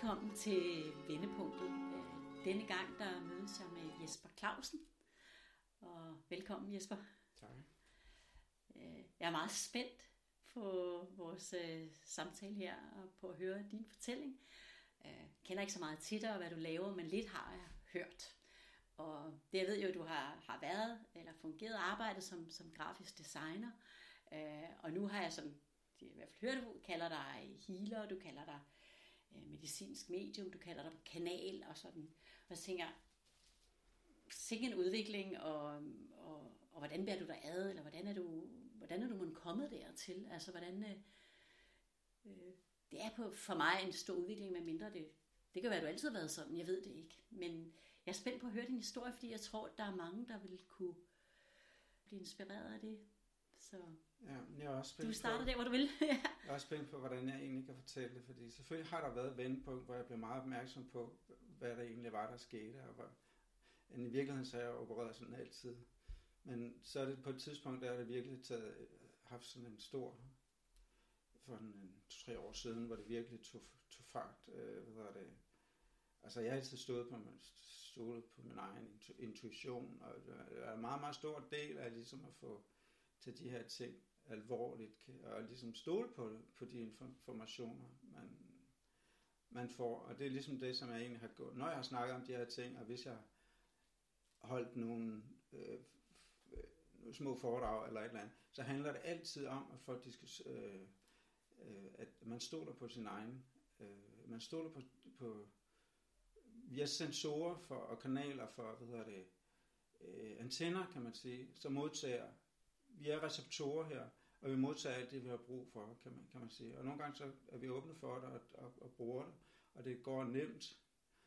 Velkommen til Vendepunktet. Denne gang der mødes jeg med Jesper Clausen. Og velkommen Jesper. Tak. Jeg er meget spændt på vores samtale her og på at høre din fortælling. Jeg kender ikke så meget til dig og hvad du laver, men lidt har jeg hørt. Og det jeg ved jo, at du har været eller fungeret og arbejdet som grafisk designer. Og nu har jeg sådan, i hvert fald hørt, du kalder dig healer, du kalder dig medicinsk medium, du kalder dig kanal og sådan. Og jeg tænker, sikke en udvikling, og hvordan bærer du dig ad, eller hvordan er du kommet dertil? Altså, hvordan det er for mig en stor udvikling, med mindre det kan være, at du altid har været sådan, jeg ved det ikke. Men jeg er spændt på at høre din historie, fordi jeg tror, der er mange, der vil kunne blive inspireret af det. Så ja, jeg er også spændt du starter der, hvor du vil. Jeg er også spændt på, hvordan jeg egentlig kan fortælle det, fordi selvfølgelig har der været et vendepunkt, hvor jeg blev meget opmærksom på, hvad der egentlig var, der skete, og i virkeligheden så har jeg opereret sådan altid. Men så er det på et tidspunkt, der er det virkelig haft sådan en stor, for 2-3 år siden, hvor det virkelig tog fart. Altså jeg har altid stået på min egen intuition, og det er en meget, meget stor del af ligesom at få til de her ting alvorligt, og ligesom stole på de informationer, man får. Og det er ligesom det, som jeg egentlig har gjort. Når jeg har snakket om de her ting, og hvis jeg holdt nogle små foredrag eller et eller andet, så handler det altid om, at folk at man stoler på sin egen, man stoler på via sensorer og kanaler for, antenner, kan man sige, så modtager vi er receptorer her, og vi modtager alt det, vi har brug for, kan man sige. Og nogle gange så er vi åbne for det og bruger det, og det går nemt.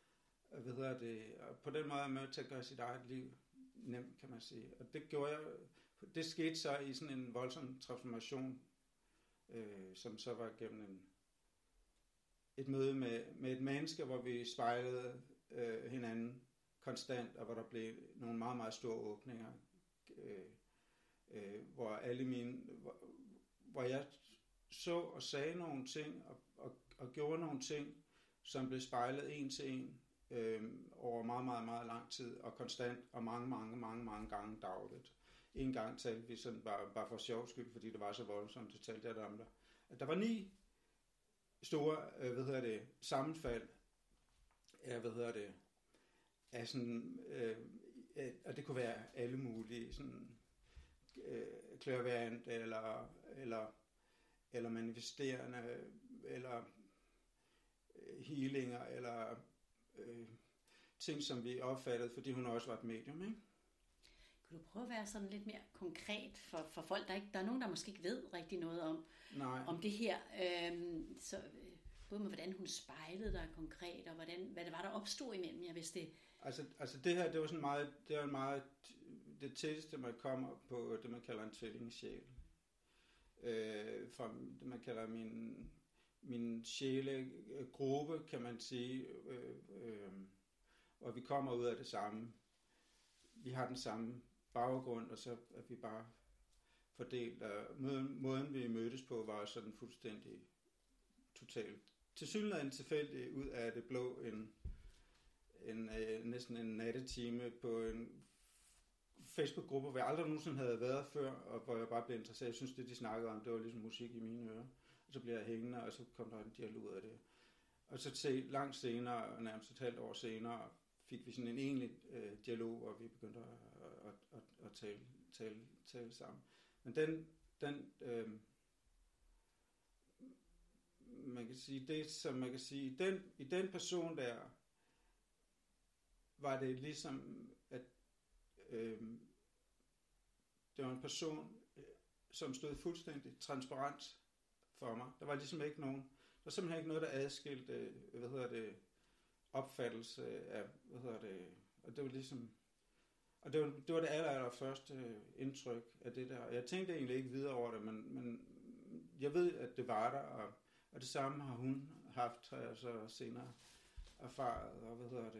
Og på den måde er man til at gøre sit eget liv nemt, kan man sige. Og det gjorde jeg. Det skete så i sådan en voldsom transformation, som så var gennem et møde med et menneske, hvor vi spejlede hinanden konstant, og hvor der blev nogle meget, meget store åbninger. Hvor jeg så og sagde nogle ting og gjorde nogle ting, som blev spejlet en til en over meget, meget, meget lang tid og konstant og mange gange dagligt. En gang talte vi sådan bare for sjov skyld, fordi det var så voldsomt, så talte jeg om det. At der var 9 store, sammenfald af sådan, og det kunne være alle mulige sådan klærværende eller manifesterende eller healinger eller ting, som vi opfattede, fordi hun også var et medium, ikke? Kunne du prøve at være sådan lidt mere konkret for folk, der er nogen, der måske ikke ved rigtig noget om det her, både med hvordan hun spejlede dig konkret, og hvad det var, der opstod imellem jer, hvis det... Altså det her, det var meget det tætteste, man kommer på det, man kalder en tvillingesjæl. Fra det, man kalder min sjælegruppe, kan man sige, og vi kommer ud af det samme. Vi har den samme baggrund, og så er vi bare fordelt. Og måden, vi mødtes på, var sådan fuldstændig totalt tilsyneladende tilfældig ud af det blå næsten en nattetime på en Facebook-gruppe, hvor jeg aldrig nogensinde havde været før, og hvor jeg bare blev interesseret. Jeg synes, det de snakkede om, det var ligesom musik i mine ører. Og så blev jeg hængende, og så kom der en dialog ud af det. Og så langt senere, nærmest et halvt år senere, fik vi sådan en egentlig dialog, hvor vi begyndte at tale sammen. Men man kan sige, det som man kan sige, i den person der, var det ligesom, at det var en person, som stod fuldstændig transparent for mig. Der var ligesom ikke nogen, der var simpelthen ikke noget, der adskilte, opfattelse af, og det var ligesom, og det var det aller første indtryk af det der. Jeg tænkte egentlig ikke videre over det, men jeg ved, at det var der, og det samme har hun haft, har jeg så senere erfaret, og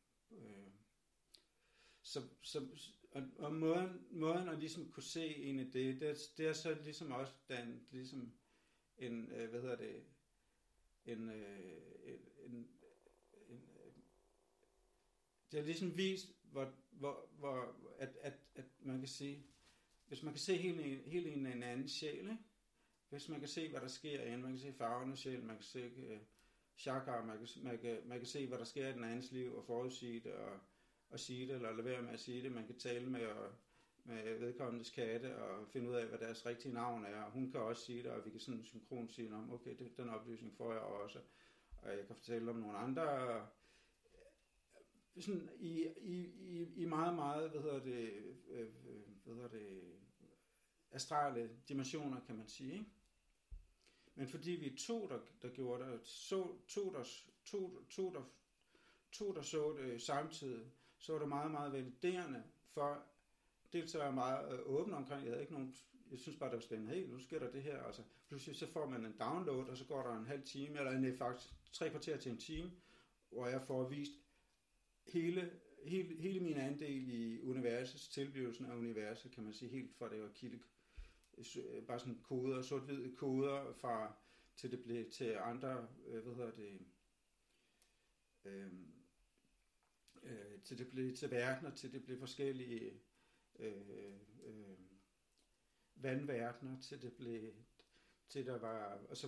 og måden at ligesom kunne se ind i det er så ligesom også ligesom en det har ligesom vist, at man kan sige, hvis man kan se hele en anden sjæl, ikke? Hvis man kan se, hvad der sker inde, man kan se farverne sjæl, man kan se chakra, man kan se, hvad der sker i den andens liv, og forudsige det, og sige det, eller lade være med at sige det. Man kan tale med vedkommendes katte, og finde ud af, hvad deres rigtige navn er, og hun kan også sige det, og vi kan sådan synkron sige, okay, den oplysning får jeg også, og jeg kan fortælle om nogle andre, sådan i meget, meget, astrale dimensioner, kan man sige, ikke? Men fordi vi er to, der gjorde det, to, der så det samtidig, så var det meget, meget validerende for, dels er jeg meget åben omkring, jeg havde ikke nogen, jeg synes bare, det var spændende, hey, nu sker der det her, altså, pludselig så får man en download, og så går der en halv time, eller faktisk 3 kvarter til en time, hvor jeg får vist hele min andel i universets tilblivelsen af universet, kan man sige, helt fra det var kilde, bare sådan koder, sort-hvide koder, fra til det blev til andre, til det blev til verdener, til det blev forskellige vandverdener, til det blev, til der var, altså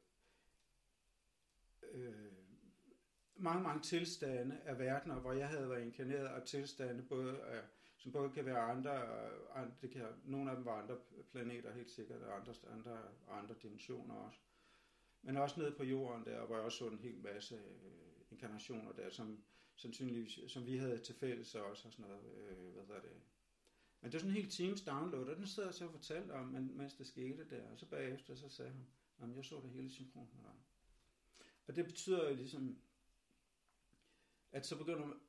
mange tilstande af verdener, hvor jeg havde været inkarneret, og tilstande som både kan være andre, det kan, nogle af dem var andre planeter helt sikkert, og andre dimensioner også. Men også nede på jorden der, hvor jeg også så en hel masse inkarnationer der, som sandsynligvis, som vi havde til fælles også, og sådan noget, Men det er sådan en helt teams download, og den sidder jeg så og fortalte om, mens det skete der, og så bagefter, så sagde han, jeg så det hele synkront med dig. Og det betyder jo ligesom, at så begynder man,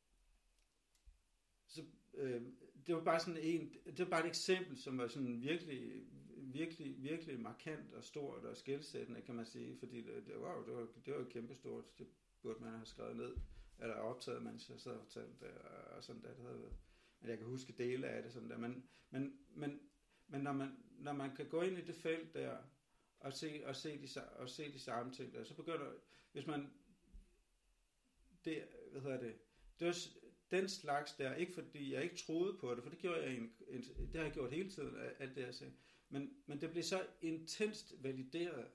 det var bare sådan det var bare et eksempel, som var sådan virkelig markant og stort og skelsættende, kan man sige, fordi det var kæmpestort, det burde man have skrevet ned, eller optaget, mens jeg sad og fortalte det, og sådan der, det havde været. Men jeg kan huske dele af det, sådan der, men når man kan gå ind i det felt der, og se de samme ting der, så begynder, hvis man, det var den slags der, ikke fordi jeg ikke troede på det, for det gjorde jeg det har jeg gjort hele tiden, alt det jeg sagde, men det blev så intenst valideret,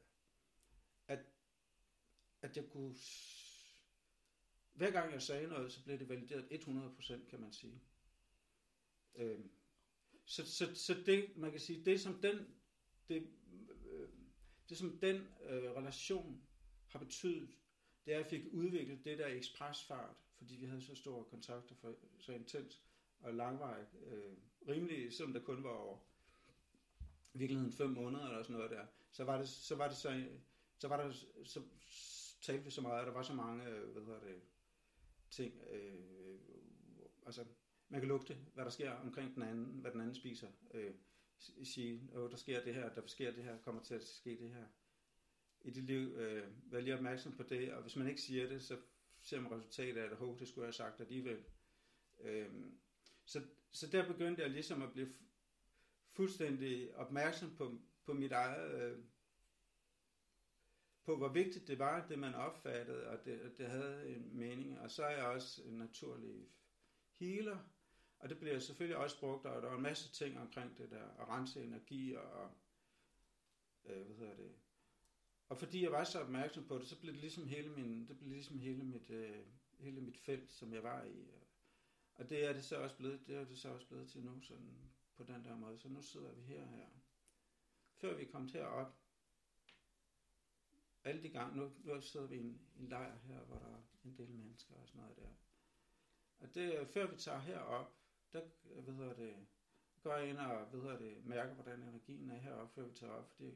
at jeg kunne, hver gang jeg sagde noget, så blev det valideret 100%, kan man sige. Så det, man kan sige, det som den relation har betydet, det er, at jeg fik udviklet det der ekspresfart, fordi vi havde så store kontakter, for så intens og langvarigt, rimelig, selvom der kun var over i virkeligheden 5 måneder eller sådan noget der, så talte vi så meget, at der var så mange, ting, altså man kan lugte, hvad der sker omkring den anden, hvad den anden spiser, sige, der sker det her, der sker det her, kommer til at ske det her. I dit liv, vær lige opmærksom på det, og hvis man ikke siger det, så ser man resultatet af det, det skulle jeg have sagt alligevel. Så der begyndte jeg ligesom at blive fuldstændig opmærksom på mit eget, på hvor vigtigt det var, det man opfattede, og det havde en mening, og så er jeg også en naturlig healer, og det bliver selvfølgelig også brugt, og der var en masse ting omkring det der, at rense energi, og og fordi jeg var så opmærksom på det, så blev det ligesom hele mit felt, som jeg var i, og det er det så også blevet, til nu, sådan på den der måde, så nu sidder vi her. Før vi kom herop, alle de gange, nu sidder vi i en lejr her, hvor der er en del mennesker og sådan noget der. Og det, før vi tager herop, der, går jeg ind og, mærker, hvordan energien er heroppe, før vi tager op, fordi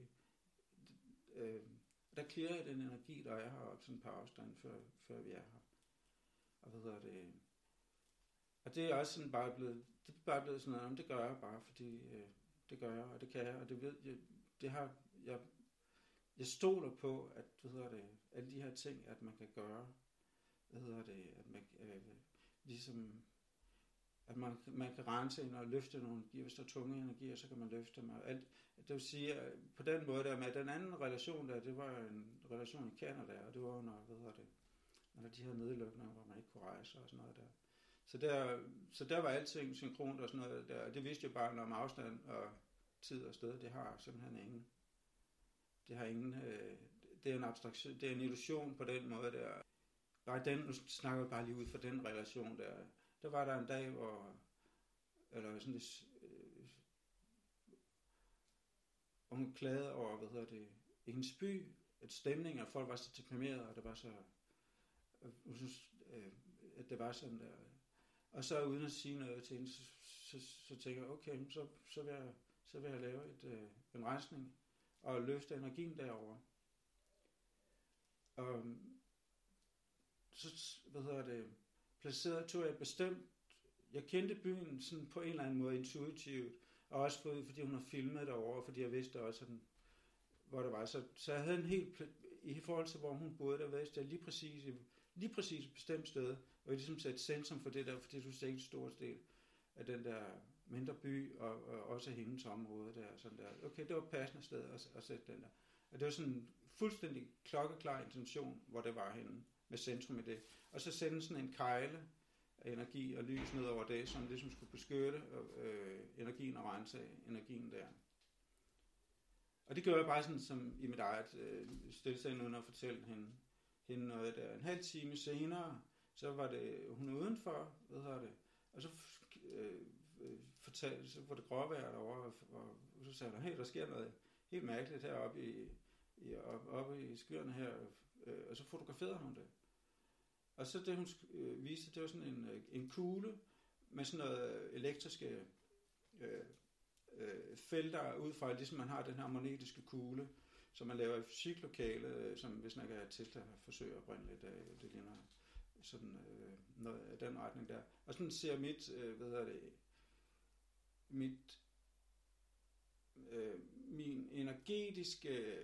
der clearer jeg den energi, der er heroppe, sådan et par afstand, før vi er her. Og og det er også sådan bare blevet sådan noget, det gør jeg bare, fordi det gør jeg, og det kan jeg, og det ved jeg, jeg stoler på, at, alle de her ting, at man kan gøre, at man, ligesom, at man kan rense ind og løfte nogle energier, hvis der er tunge energier, så kan man løfte dem, og alt, det vil sige, at på den måde der med den anden relation der, det var en relation i Canada, og det var under, når de her nedlukninger, hvor man ikke kunne rejse og sådan noget der. Så der var alting synkront og sådan noget der. Det vidste jeg bare om afstand og tid og sted. Det har simpelthen ingen. Det har ingen. Det er en abstraktion. Det er en illusion på den måde der. Bare den, nu snakker jeg bare lige ud for den relation der. Der var der en dag, hvor hun klagede over, i hendes by, at stemningen, og folk var så deprimerede, og det var så, hun synes, at det var sådan der. Og så uden at sige noget til hende, så tænker jeg, okay, så vil jeg lave en rensning, og løfte energien derover. Og så, tog jeg bestemt, jeg kendte byen sådan på en eller anden måde intuitivt, og også fordi hun har filmet derovre, fordi jeg vidste også, sådan, hvor det var. Så jeg havde en helt, i forhold til hvor hun boede, der vidste jeg lige præcis et bestemt sted, og jeg ligesom sat centrum for det der, fordi du ser en stor del af den der mindre by, og også hendes område der, sådan der. Okay, det var et passende sted at sætte den der. Og det var sådan en fuldstændig klokkeklar intention, hvor det var henne, med centrum i det. Og så sende sådan en kejle af energi og lys ned over det, som ligesom skulle beskytte energien og rense energien der. Og det gjorde jeg bare sådan som i mit eget stillstand, uden at fortælle hende noget der. En halv time senere, så var det hun udenfor, og så fortalte, så var det gråvejr derovre, og så sagde hun, hey, der sker noget helt mærkeligt heroppe oppe i skyerne her, og så fotograferede hun det. Og så det hun viste, det var sådan en kugle med sådan noget elektriske felter ud fra, ligesom man har den her magnetiske kugle, som man laver i fysiklokale, som hvis man kan Tesla forsøge at brænde lidt af, det ligner sådan noget af den retning der. Og sådan ser min energetiske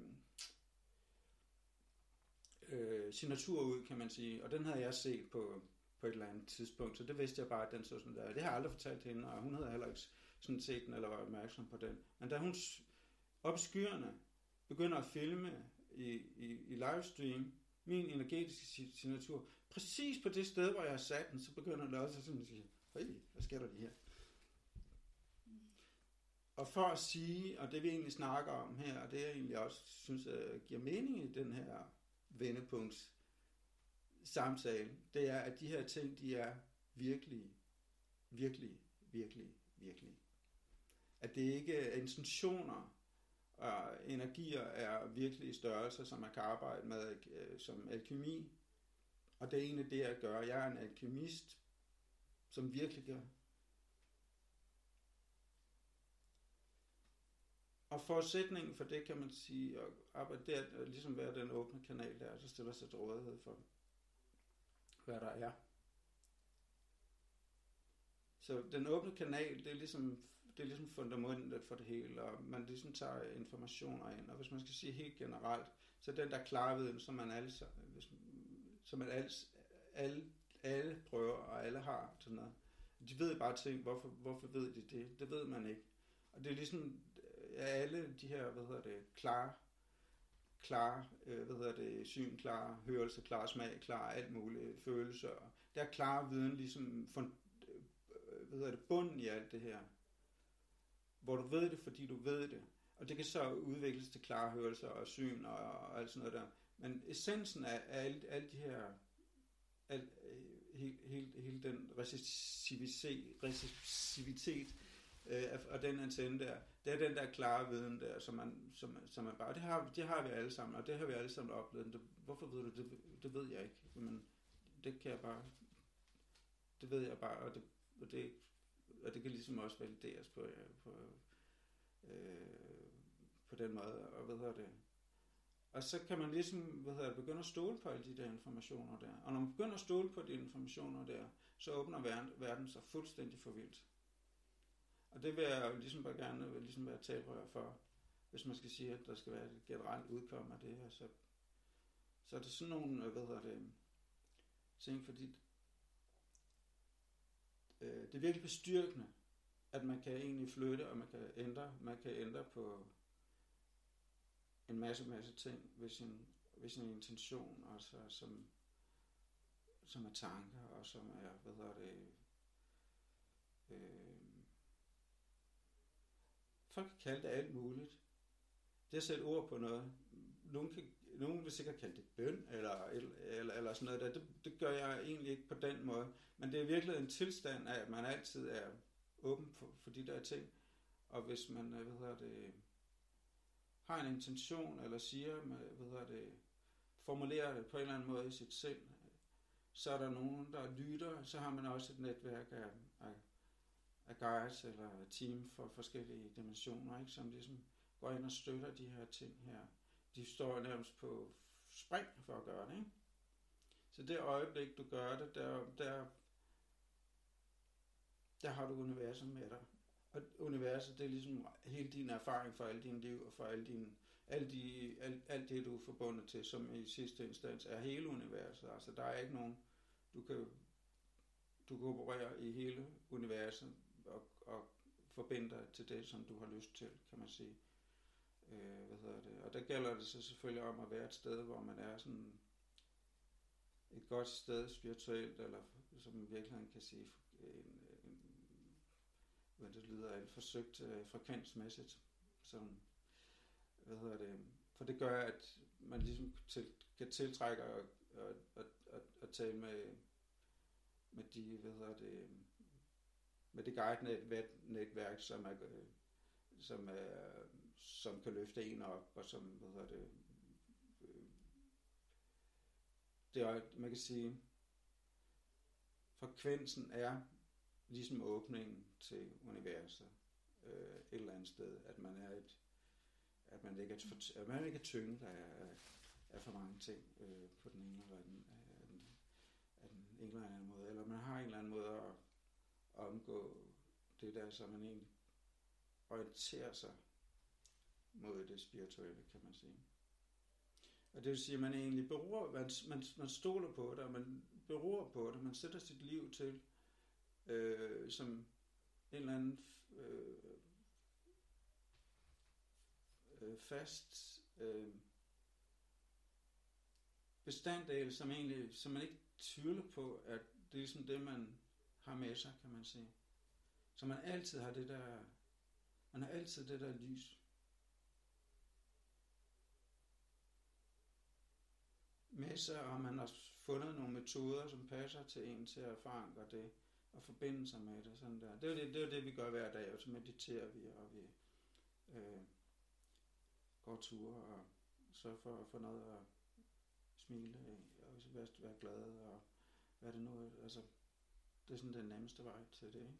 signatur ud, kan man sige. Og den havde jeg set på et eller andet tidspunkt, så det vidste jeg bare, at den så sådan der. Det har jeg aldrig fortalt hende, og hun havde heller ikke sådan set den, eller var opmærksom på den. Men da hun op skyerne begynder at filme i livestream, min energetiske signatur, præcis på det sted, hvor jeg har sat den, så begynder det også sådan at sige, hey, hvad sker der lige her? Og for at sige, og det vi egentlig snakker om her, og det jeg egentlig også synes giver mening i den her vendepunkts samtale, det er, at de her ting, de er virkelig, virkelig, virkelig, virkelig. At det ikke er intentioner og energier er virkelig størrelser, som man kan arbejde med som alkemi. Og det er egentlig det, jeg gør. Jeg er en alkemist, som virkelig gør. Og forudsætningen for det, kan man sige, at arbejde der, ligesom være den åbne kanal der, så stiller sig til rådighed for, hvad der er. Så den åbne kanal, det er ligesom fundamentet for det hele, og man ligesom tager informationer ind. Og hvis man skal sige helt generelt, så den der klarviden, som alle prøver, og alle har sådan noget. De ved bare ting, hvorfor ved de det? Det ved man ikke. Og det er ligesom alle de her, syn, klar hørelse, klar smag, klar alt muligt, følelser. Der er klar viden ligesom bunden i alt det her. Hvor du ved det, fordi du ved det. Og det kan så udvikles til klare hørelser og syn og alt sådan noget der. Men essensen af alle de her, hele den recessivitet og den antenne der, det er den der klare viden der, som man bare, det har vi alle sammen, og det har vi alle sammen oplevet. Hvorfor ved du det? Det ved jeg ikke. Men det kan jeg bare, det ved jeg bare, og det kan ligesom også valideres på den måde, og og så kan man ligesom, begynde at stole på alle de der informationer der. Og når man begynder at stole på de informationer der, så åbner verden sig fuldstændig for vildt. Og det vil jeg ligesom bare gerne være talerør for, hvis man skal sige, at der skal være et generelt udkom af det her, så er det sådan nogle, ting, fordi det er virkelig bestyrkende, at man kan egentlig flytte, og man kan ændre på en masse ting ved sin intention, altså som er tanker, og som er, folk kan kalde det alt muligt. Det at sætte ord på noget. Nogen vil sikkert kalde det bøn, eller sådan noget der. Det gør jeg egentlig ikke på den måde. Men det er virkelig en tilstand af, at man altid er åben for de der ting. Og hvis man, har en intention, eller siger, formulerer det på en eller anden måde i sit sind, så er der nogen, der lytter, så har man også et netværk af guides eller team for forskellige dimensioner, ikke? Som ligesom går ind og støtter de her ting her. De står nærmest på spring for at gøre det, ikke? Så det øjeblik, du gør det, der har du universet med dig. Og universet, det er ligesom hele din erfaring for alle dine liv, og for alt det, du er forbundet til, som i sidste instans er hele universet. Altså, der er ikke nogen, du kan operere i hele universet, og forbinde dig til det, som du har lyst til, kan man sige. Og der gælder det så selvfølgelig om at være et sted, hvor man er sådan et godt sted spirituelt, eller som i virkeligheden kan sige, hvad det lyder alt forsøgt frekvensmæssigt. Som, for det gør, at man ligesom kan tiltrække og tale med de, med det guide-netværk, som kan løfte en op, og som, det er, man kan sige, frekvensen er ligesom åbningen til universet et eller andet sted, at man ikke er tynget af for mange ting på den ene eller den ene eller anden måde, eller man har en eller anden måde at omgå det der, så man egentlig orienterer sig mod det spirituelle, kan man sige. Og det vil sige, at man egentlig man stoler på det, og man beror på det, man sætter sit liv til som en eller anden fast bestanddel, som man ikke tvivler på, at det er ligesom det, man har med sig, kan man sige. Så man altid har det der lys. Med sig, og man har fundet nogle metoder, som passer til en til at forankre det, og forbinde sig med det, sådan der. Det er det, vi gør hver dag, og så mediterer vi, og vi går ture, og sørger for at få noget at smile af, og være glad, og hvad det nu er, altså, det er sådan den nemmeste vej til det, ikke?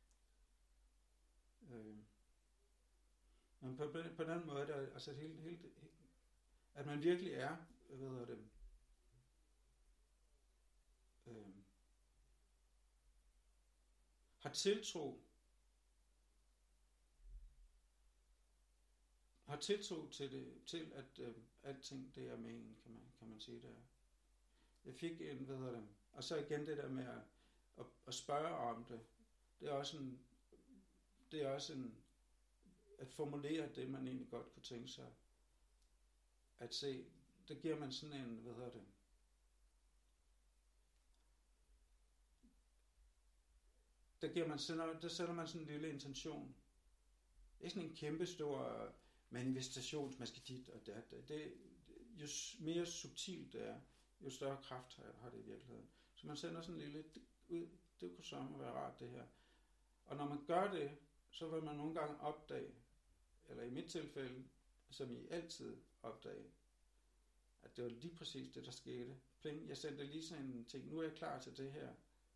Men på den måde, der, altså helt, at man virkelig er, har tiltro til det, til at alting det er meningen, kan man sige der. Jeg fik en, og så igen det der med at spørge om det. Det er også en at formulere det, man egentlig godt kunne tænke sig at se. Der giver man sådan en, der sætter man sådan en lille intention. Det er sådan en kæmpe stor manifestationsmaskidit, og det jo mere subtilt det er, jo større kraft har det i virkeligheden. Så man sender sådan en lille ud, det kunne så være rart det her. Og når man gør det, så vil man nogle gange opdage, eller i mit tilfælde, som I altid opdage, at det var lige præcis det, der skete. Pling, jeg sendte lige sådan en ting, nu er jeg klar til det her.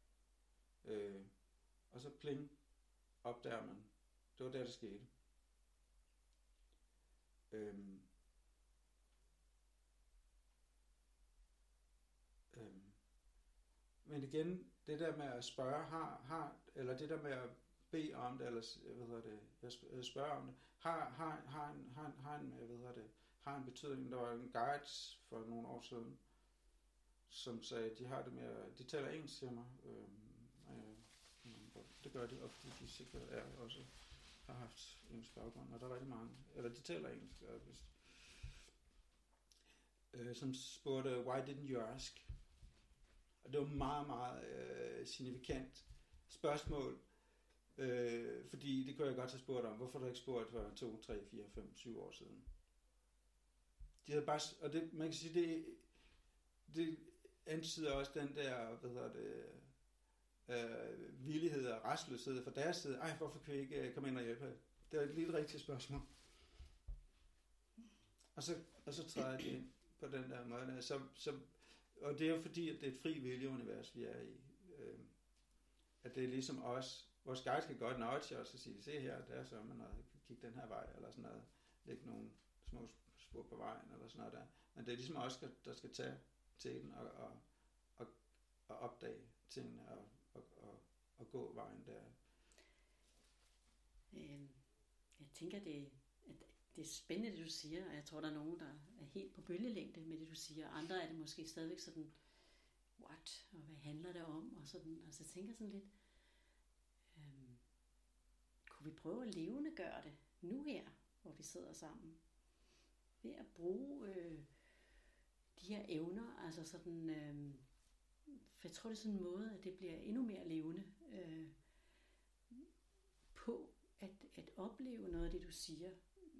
Og så pling, opdager man. Det var det skete. Men igen, det der med at spørge, eller det der med at bede om det, eller spørge om det, har en betydning. Der var en guide for nogle år siden, som sagde, at de har det med, de taler engelsk, siger mig. Det gør de, og de sikkert er også har haft engelsk baggrund, og der er rigtig mange, eller de taler engelsk, som spurgte, why didn't you ask? Og det var meget, meget signifikant spørgsmål, fordi det kunne jeg godt have spurgt om. Hvorfor du ikke spurgt for 2, 3, 4, 5, 7 år siden? De havde bare, og det, man kan sige, det antyder også den der, villighed og restløshed fra deres side. Ej, hvorfor kan vi ikke komme ind og hjælpe? Det var et lidt rigtigt spørgsmål. Og så træder de ind på den der måde. Og det er jo fordi, at det er et fri viljeunivers, vi er i. At det er ligesom os. Vores guide skal godt nudge os og sige, se her, der er så man kigge den her vej, eller sådan noget. Lægge nogle små spor på vejen, eller sådan noget der. Men det er ligesom os, der skal tage teten og opdage tingene og gå vejen der. Jeg tænker, det er spændende, det du siger, og jeg tror, der er nogen, der er helt på bølgelængde med det, du siger. Andre er det måske stadigvæk sådan, what, og hvad handler det om? Og sådan, altså jeg tænker sådan lidt, kunne vi prøve at levendegøre det nu her, hvor vi sidder sammen? Ved at bruge de her evner, altså sådan, for jeg tror, det er sådan en måde, at det bliver endnu mere levende på at opleve noget af det, du siger.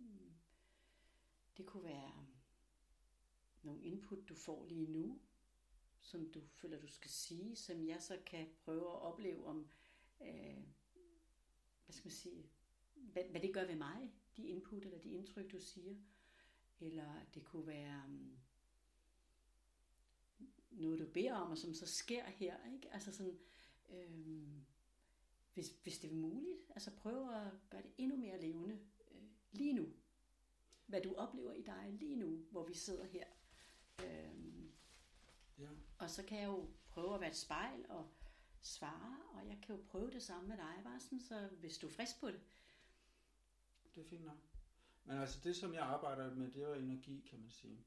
Det kunne være nogle input, du får lige nu, som du føler, du skal sige, som jeg så kan prøve at opleve om, hvad skal man sige, hvad det gør ved mig, de input eller de indtryk, du siger. Eller det kunne være noget, du beder om, og som så sker her, ikke? Altså sådan, hvis det er muligt, altså prøve at gøre det endnu mere levende lige nu. Hvad du oplever i dig lige nu, hvor vi sidder her. Ja. Og så kan jeg jo prøve at være et spejl og svare, og jeg kan jo prøve det samme med dig, bare sådan, så hvis du er frisk på det. Det er fint nok. Men altså det, som jeg arbejder med, det er energi, kan man sige.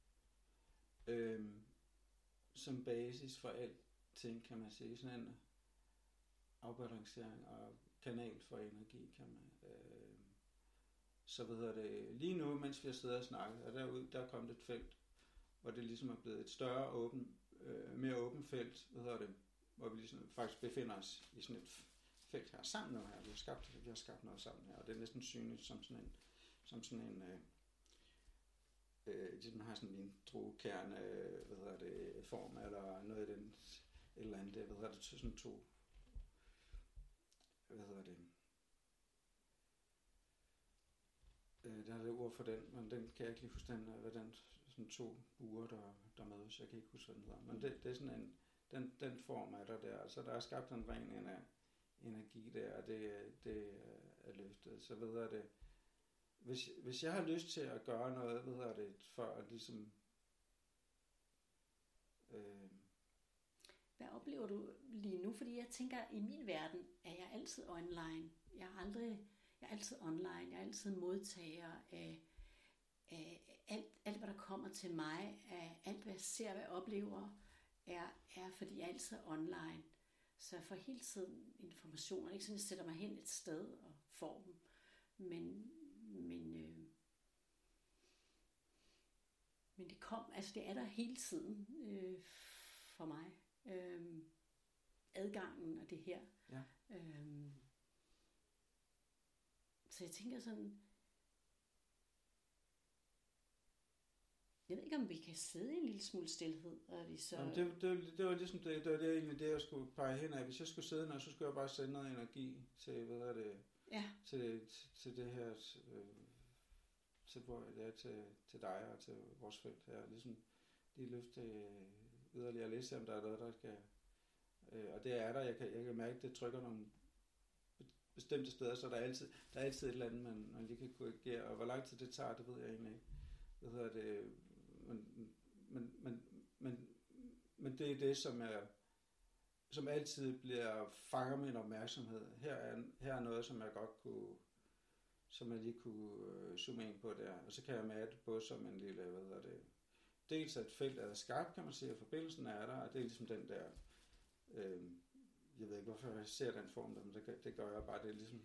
Som basis for alting, kan man sige. Sådan en afbalancering og kanal for energi, kan man. Så lige nu, mens vi har siddet og snakket, og derude, der er kommet et felt, hvor det ligesom er blevet et større, mere åbent felt, hvor vi ligesom faktisk befinder os i sådan et felt her sammen nu her. Vi har skabt noget sammen her, og det er næsten synligt som sådan en man har sådan en druekerne, form, eller noget i den, et eller andet, sådan to, der er det ord for den, men den kan jeg ikke lige huske, hvad den sådan to buer, der mødes, jeg kan ikke huske, hvad den hedder, men det er sådan den form er der, så der er skabt en ren energi der, og det er løftet, så hvis jeg har lyst til at gøre noget, for at ligesom Hvad oplever du lige nu? Fordi jeg tænker, i min verden er jeg altid online. Jeg er altid online. Jeg er altid modtager af alt, hvad der kommer til mig. Af alt, hvad jeg ser, hvad jeg oplever, er fordi jeg er altid online. Så jeg får hele tiden informationer. Ikke sådan, jeg sætter mig hen et sted og får dem. Men det er der hele tiden for mig. Adgangen og det her. Ja. Så jeg tænker sådan, jeg ved ikke, om vi kan sidde i en lille smule stilhed, og vi så... Jamen, det var ligesom det var egentlig det, jeg skulle pege hen af. Hvis jeg skulle sidde så skulle jeg bare sende noget energi til, til det her, til dig og til vores felt her. Ligesom lige løfte yderligere og læse, om der er noget, der skal... og det er der, jeg kan mærke, at det trykker nogle bestemte steder, så der er altid et eller andet, man lige kan korrigere, og hvor lang tid det tager, det ved jeg egentlig ikke. Men det er det, som altid fanger min opmærksomhed. Her er noget, som jeg godt kunne, som jeg lige kunne zoome ind på der, og så kan jeg mærke det både som en lille, dels at feltet er skarpt, kan man sige, at forbindelsen er der, og det er ligesom den der, jeg ved ikke, hvorfor jeg ser den form, men det gør jeg bare, det er ligesom,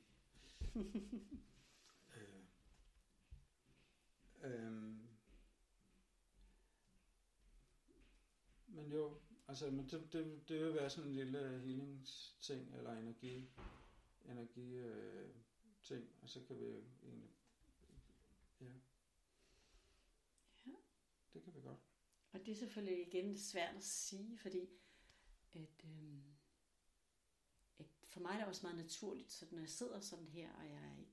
men jo, Altså, men det vil være sådan en lille healingsting, eller ting, og så kan vi jo egentlig, ja, det kan vi godt. Og det er selvfølgelig igen svært at sige, fordi at for mig er det også meget naturligt, så når jeg sidder sådan her, og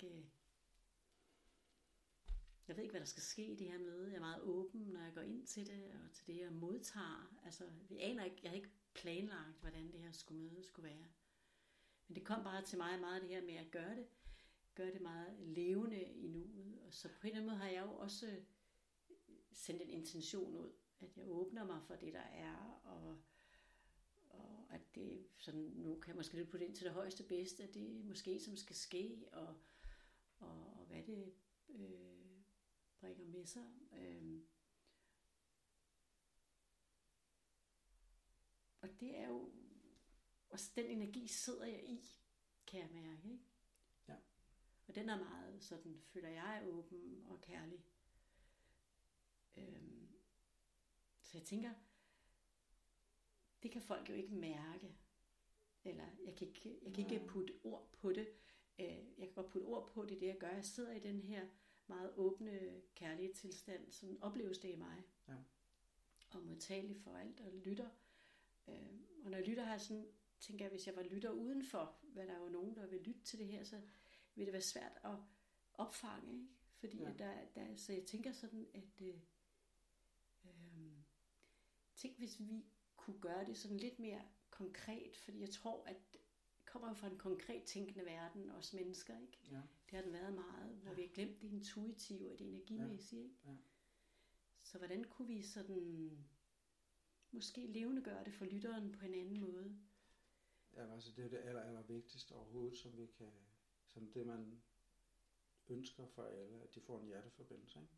jeg ved ikke, hvad der skal ske i det her møde. Jeg er meget åben, når jeg går ind til det, og til det, jeg modtager. Altså, jeg har ikke planlagt, hvordan det her møde skulle være. Men det kom bare til mig meget det her med at gøre det meget levende i nuet. Og så på en eller anden måde har jeg jo også sendt en intention ud, at jeg åbner mig for det, der er, og at det sådan, nu kan jeg måske lidt putte ind til det højeste bedste, at det måske som skal ske, og hvad det bringer med sig. Og det er jo også den energi sidder jeg i, kan jeg mærke, ikke? Ja. Og den er meget sådan, føler jeg, åben og kærlig. Så jeg tænker, det kan folk jo ikke mærke, eller jeg kan ikke putte ord på det. Jeg kan godt putte ord på det, jeg gør. Jeg sidder i den her meget åbne, kærlige tilstand, sådan opleves det i mig. Ja. Og modtagelig for alt, og lytter. Og når jeg lytter her, sådan, tænker jeg, hvis jeg var lytter udenfor, hvad der er jo nogen, der vil lytte til det her, så vil det være svært at opfange, ikke? Fordi så jeg tænker sådan, at tænk, hvis vi kunne gøre det sådan lidt mere konkret, fordi jeg tror, at det kommer jo fra en konkret tænkende verden, os mennesker, ikke? Ja. Det har den været meget, hvor vi har glemt det intuitive og det energimæssige, ikke? Ja. Så hvordan kunne vi sådan måske levendegøre det for lytteren på en anden måde? Ja, altså det er det aller vigtigste overhovedet, som det man ønsker for alle, at de får en hjerteforbindelse, ikke?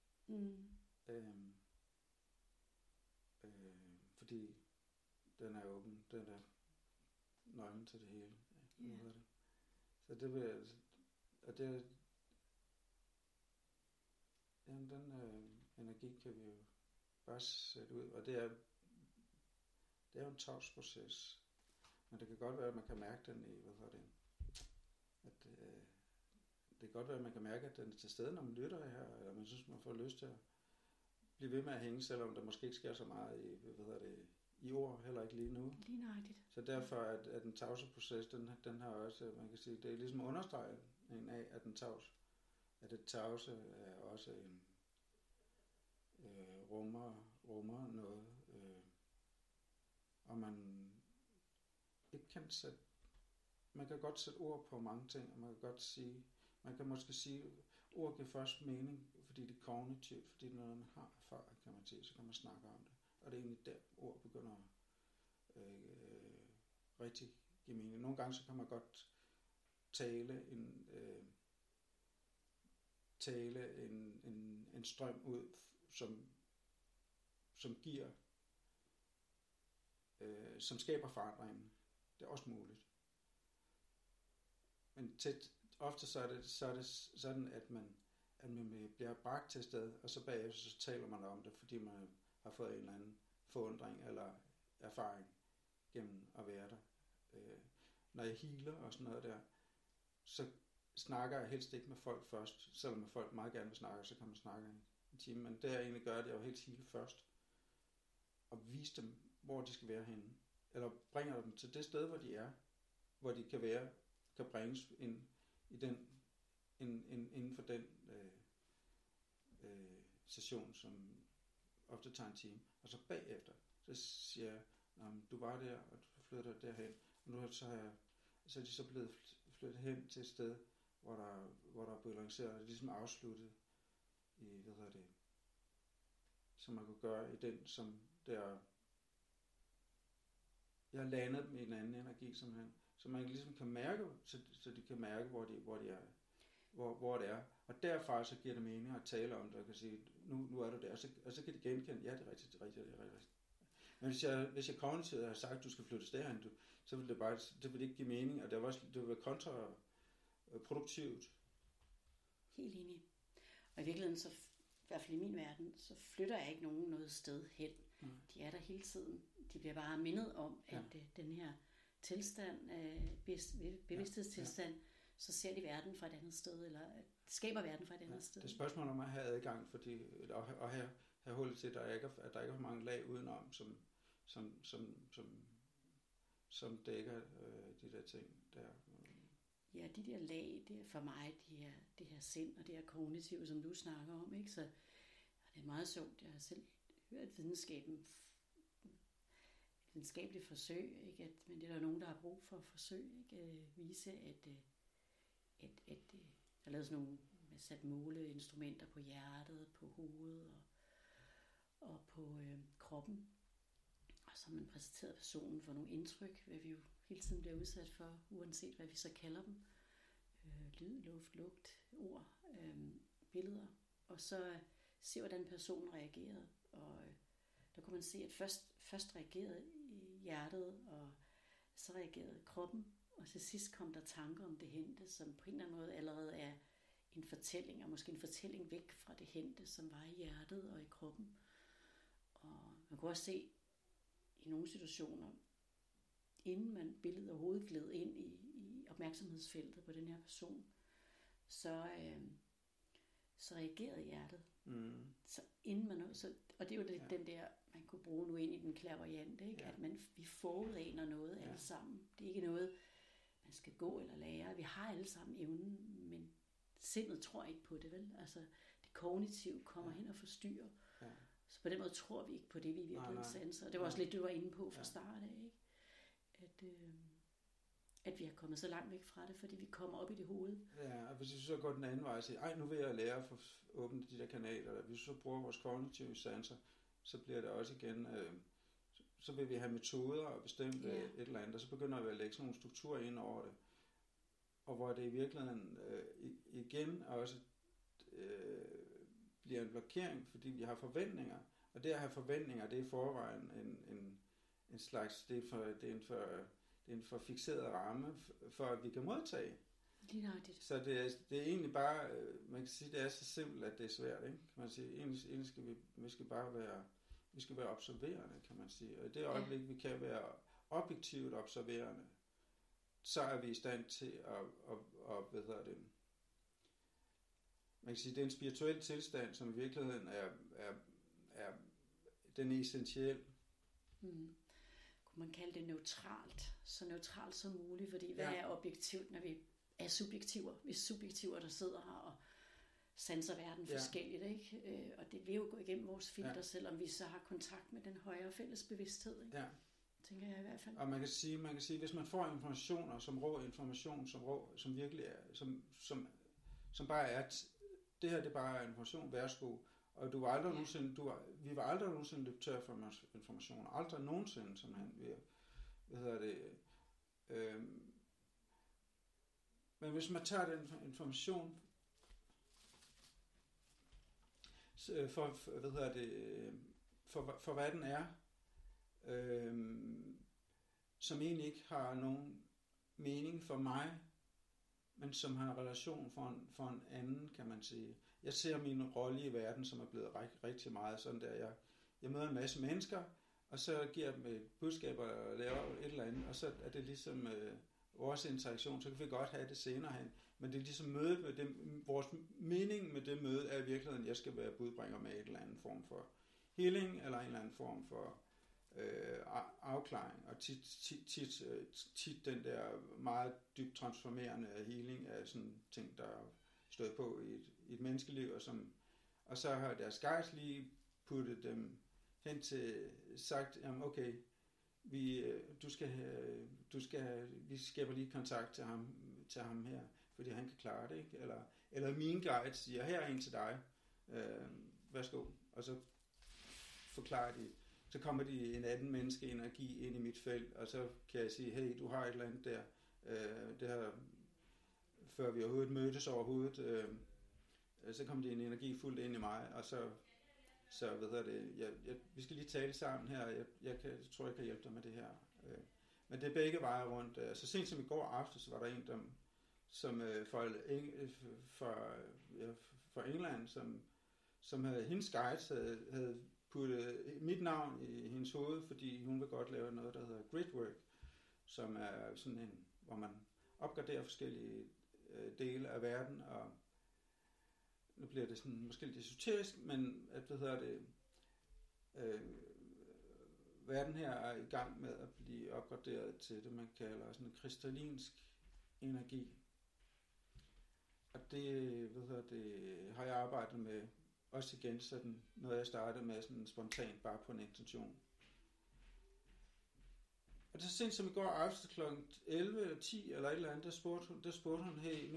Fordi den er åben, den er nøglen til det hele. Ja. Så det vil, og det, jamen den energi kan vi jo bare sætte ud, og det er jo en tavs proces, men det kan godt være, at man kan mærke den i, det kan godt være, at man kan mærke, at den er til stede, når man lytter her, eller man synes, man får lyst til at blive ved med at hænge, selvom der måske ikke sker så meget i ord, heller ikke lige nu. Lige nøjagtigt. Så derfor at den tavse proces, den har også, man kan sige, det er ligesom understregning af, at det tavse er også en rummer noget, og man ikke kan sætte, man kan godt sætte ord på mange ting, og man kan måske sige, ord giver først mening, fordi det er kognitivt, fordi når man har erfaring, kan man sige, så kan man snakke om det. Og det er egentlig der, ord begynder rigtig give mening. Nogle gange så kan man godt tale en strøm ud, som giver, som skaber forandringen. Det er også muligt. Men ofte så er det sådan, at man bliver bragt til sted, og så bagefter så taler man om det, fordi man har fået en eller anden forundring eller erfaring gennem at være der. Når jeg healer og sådan noget der, så snakker jeg helst ikke med folk først, selvom folk meget gerne vil snakke, så kan man snakke en time, men det jeg egentlig gør, det er jo helt heale først, og vise dem, hvor de skal være henne, eller bringer dem til det sted, hvor de er, hvor de kan bringes ind i den, inden for den session, som ofte tager en time, og så bagefter, så siger jeg, du var der, og du flytter derhen, og nu så er de så blevet flyttet hen til et sted, hvor der er balanceret, og ligesom afsluttet i, som man kunne gøre i den, som der, jeg har landet dem i en anden energi, så man ligesom kan mærke, så de kan mærke, hvor det er. Og derfra så giver det mening at tale om det, og kan sige, nu er du der, og så kan de genkende, ja, det er rigtigt. Men hvis jeg kognitivt har sagt, at du skal flyttes derhen, så vil det vil ikke give mening, og det vil være kontraproduktivt. Helt enig. Og i virkeligheden, så, i hvert fald i min verden, så flytter jeg ikke nogen noget sted hen. De er der hele tiden. De bliver bare mindet om, at den her tilstand, bevidsthedstilstand, så ser de verden fra et andet sted, eller skaber verden fra et andet sted. Det er spørgsmål om at have adgang, fordi, og have hul til, at der ikke er for mange lag udenom, som dækker de der ting der. Ja, de der lag, det er for mig det her sind og det her kognitive, som du snakker om, ikke? Så det er meget sjovt. Jeg har selv hørt videnskabelige forsøg, ikke? Men det er der nogen, der har brug for at forsøge, ikke? Vise, at der er lavet sådan nogle sat måleinstrumenter på hjertet, på hovedet og på kroppen. Og så har man præsenteret personen for nogle indtryk, hvad vi jo hele tiden bliver udsat for, uanset hvad vi så kalder dem. Lyd, luft, lugt, ord, billeder. Og så se, hvordan personen reagerede. Og der kunne man se, at først reagerede hjertet, og så reagerede kroppen. Og til sidst kom der tanker om det hente, som på en eller anden måde allerede er en fortælling, og måske en fortælling væk fra det hente, som var i hjertet og i kroppen. Og man kunne også se i nogle situationer, inden man billedet overhovedet gled ind i opmærksomhedsfeltet på den her person, så reagerede hjertet. Så inden man, og det er jo lidt den der, man kunne bruge nu ind i den clairvoyante, ikke? At vi forudaner noget alle sammen. Det er ikke noget, man skal gå eller lære. Vi har alle sammen evnen, men sindet tror ikke på det, vel? Altså, det kognitive kommer hen og forstyrrer. Ja. Så på den måde tror vi ikke på det, vi virkelig sanser. Og det var også lidt, du var inde på fra start af, ikke? At vi har kommet så langt væk fra det, fordi vi kommer op i det hoved. Ja, og hvis vi så går den anden vej og siger, nu vil jeg lære at få åbnet de der kanaler, og hvis vi så bruger vores kognitive sanser, så bliver det også igen, så vil vi have metoder og bestemt et eller andet, og så begynder vi at lægge sådan nogle strukturer ind over det. Og hvor det i virkeligheden igen også bliver en blokering, fordi vi har forventninger, og det at have forventninger, det er i forvejen en slags, det er en for fikseret ramme, for at vi kan modtage. Så det er egentlig bare, man kan sige, det er så simpelt, at det er svært, ikke? Kan man sige, egentlig skal vi skal bare være observerende, kan man sige. Og i det øjeblik, vi kan være objektivt observerende, så er vi i stand til at man kan sige, det er en spirituel tilstand, som i virkeligheden er den essentielle. Kunne man kalde det neutralt, så neutralt som muligt, fordi hvad er objektivt, når vi er subjektiver? Vi er subjektiver, der sidder her og sanser verden forskelligt, ikke? Og det vil jo gå igennem vores filter, selvom vi så har kontakt med den højere fælles bevidsthed, ikke? Tænker jeg i hvert fald. Og man kan sige, hvis man får informationer, som rå information, som virkelig er, som bare er, det her det er bare information, værsgo. Og vi var aldrig nogensinde løbet tør for information. Aldrig nogensinde, simpelthen. Men hvis man tager den information for hvad den er, som egentlig ikke har nogen mening for mig, men som har en relation for en anden, kan man sige. Jeg ser min rolle i verden, som er blevet rigtig meget sådan der. Jeg møder en masse mennesker, og så giver jeg dem et budskab og laver et eller andet, og så er det ligesom vores interaktion, så kan vi godt have det senere hen. Men det er ligesom mødet med det, vores mening med det møde er i virkeligheden, at jeg skal være budbringer med et eller andet form for healing, eller en eller anden form for afklaring, og tit den der meget dybt transformerende healing af sådan ting, der er stået på i et menneskeliv, og så har deres guides lige puttet dem hen til sagt, jamen okay, vi skaber lige kontakt til ham her, fordi han kan klare det, ikke? Eller mine guides siger, her er en til dig, værsgo, og så forklarer de, så kommer de en anden menneskeenergi ind i mit felt, og så kan jeg sige, hey, du har et eller andet der, det her, før vi overhovedet mødtes overhovedet, så kom de en energi fuldt ind i mig, og så vi skal lige tale sammen her, jeg tror, jeg kan hjælpe dig med det her. Men det er begge veje rundt. Så sent som i går aftes var der en, som fra England, som havde, hendes guides havde puttet mit navn i hendes hoved, fordi hun vil godt lave noget, der hedder gridwork, som er sådan en, hvor man opgraderer forskellige dele af verden, og nu bliver det sådan måske lidt esoterisk, men verden her er i gang med at blive opgraderet til det, man kalder sådan en krystallinsk energi. Og det har jeg arbejdet med, også igen sådan noget, jeg startede med sådan spontant, bare på en intention. Og det er så sent som i går aften kl. 11 eller 10 eller et eller andet, der spurgte hun, hey,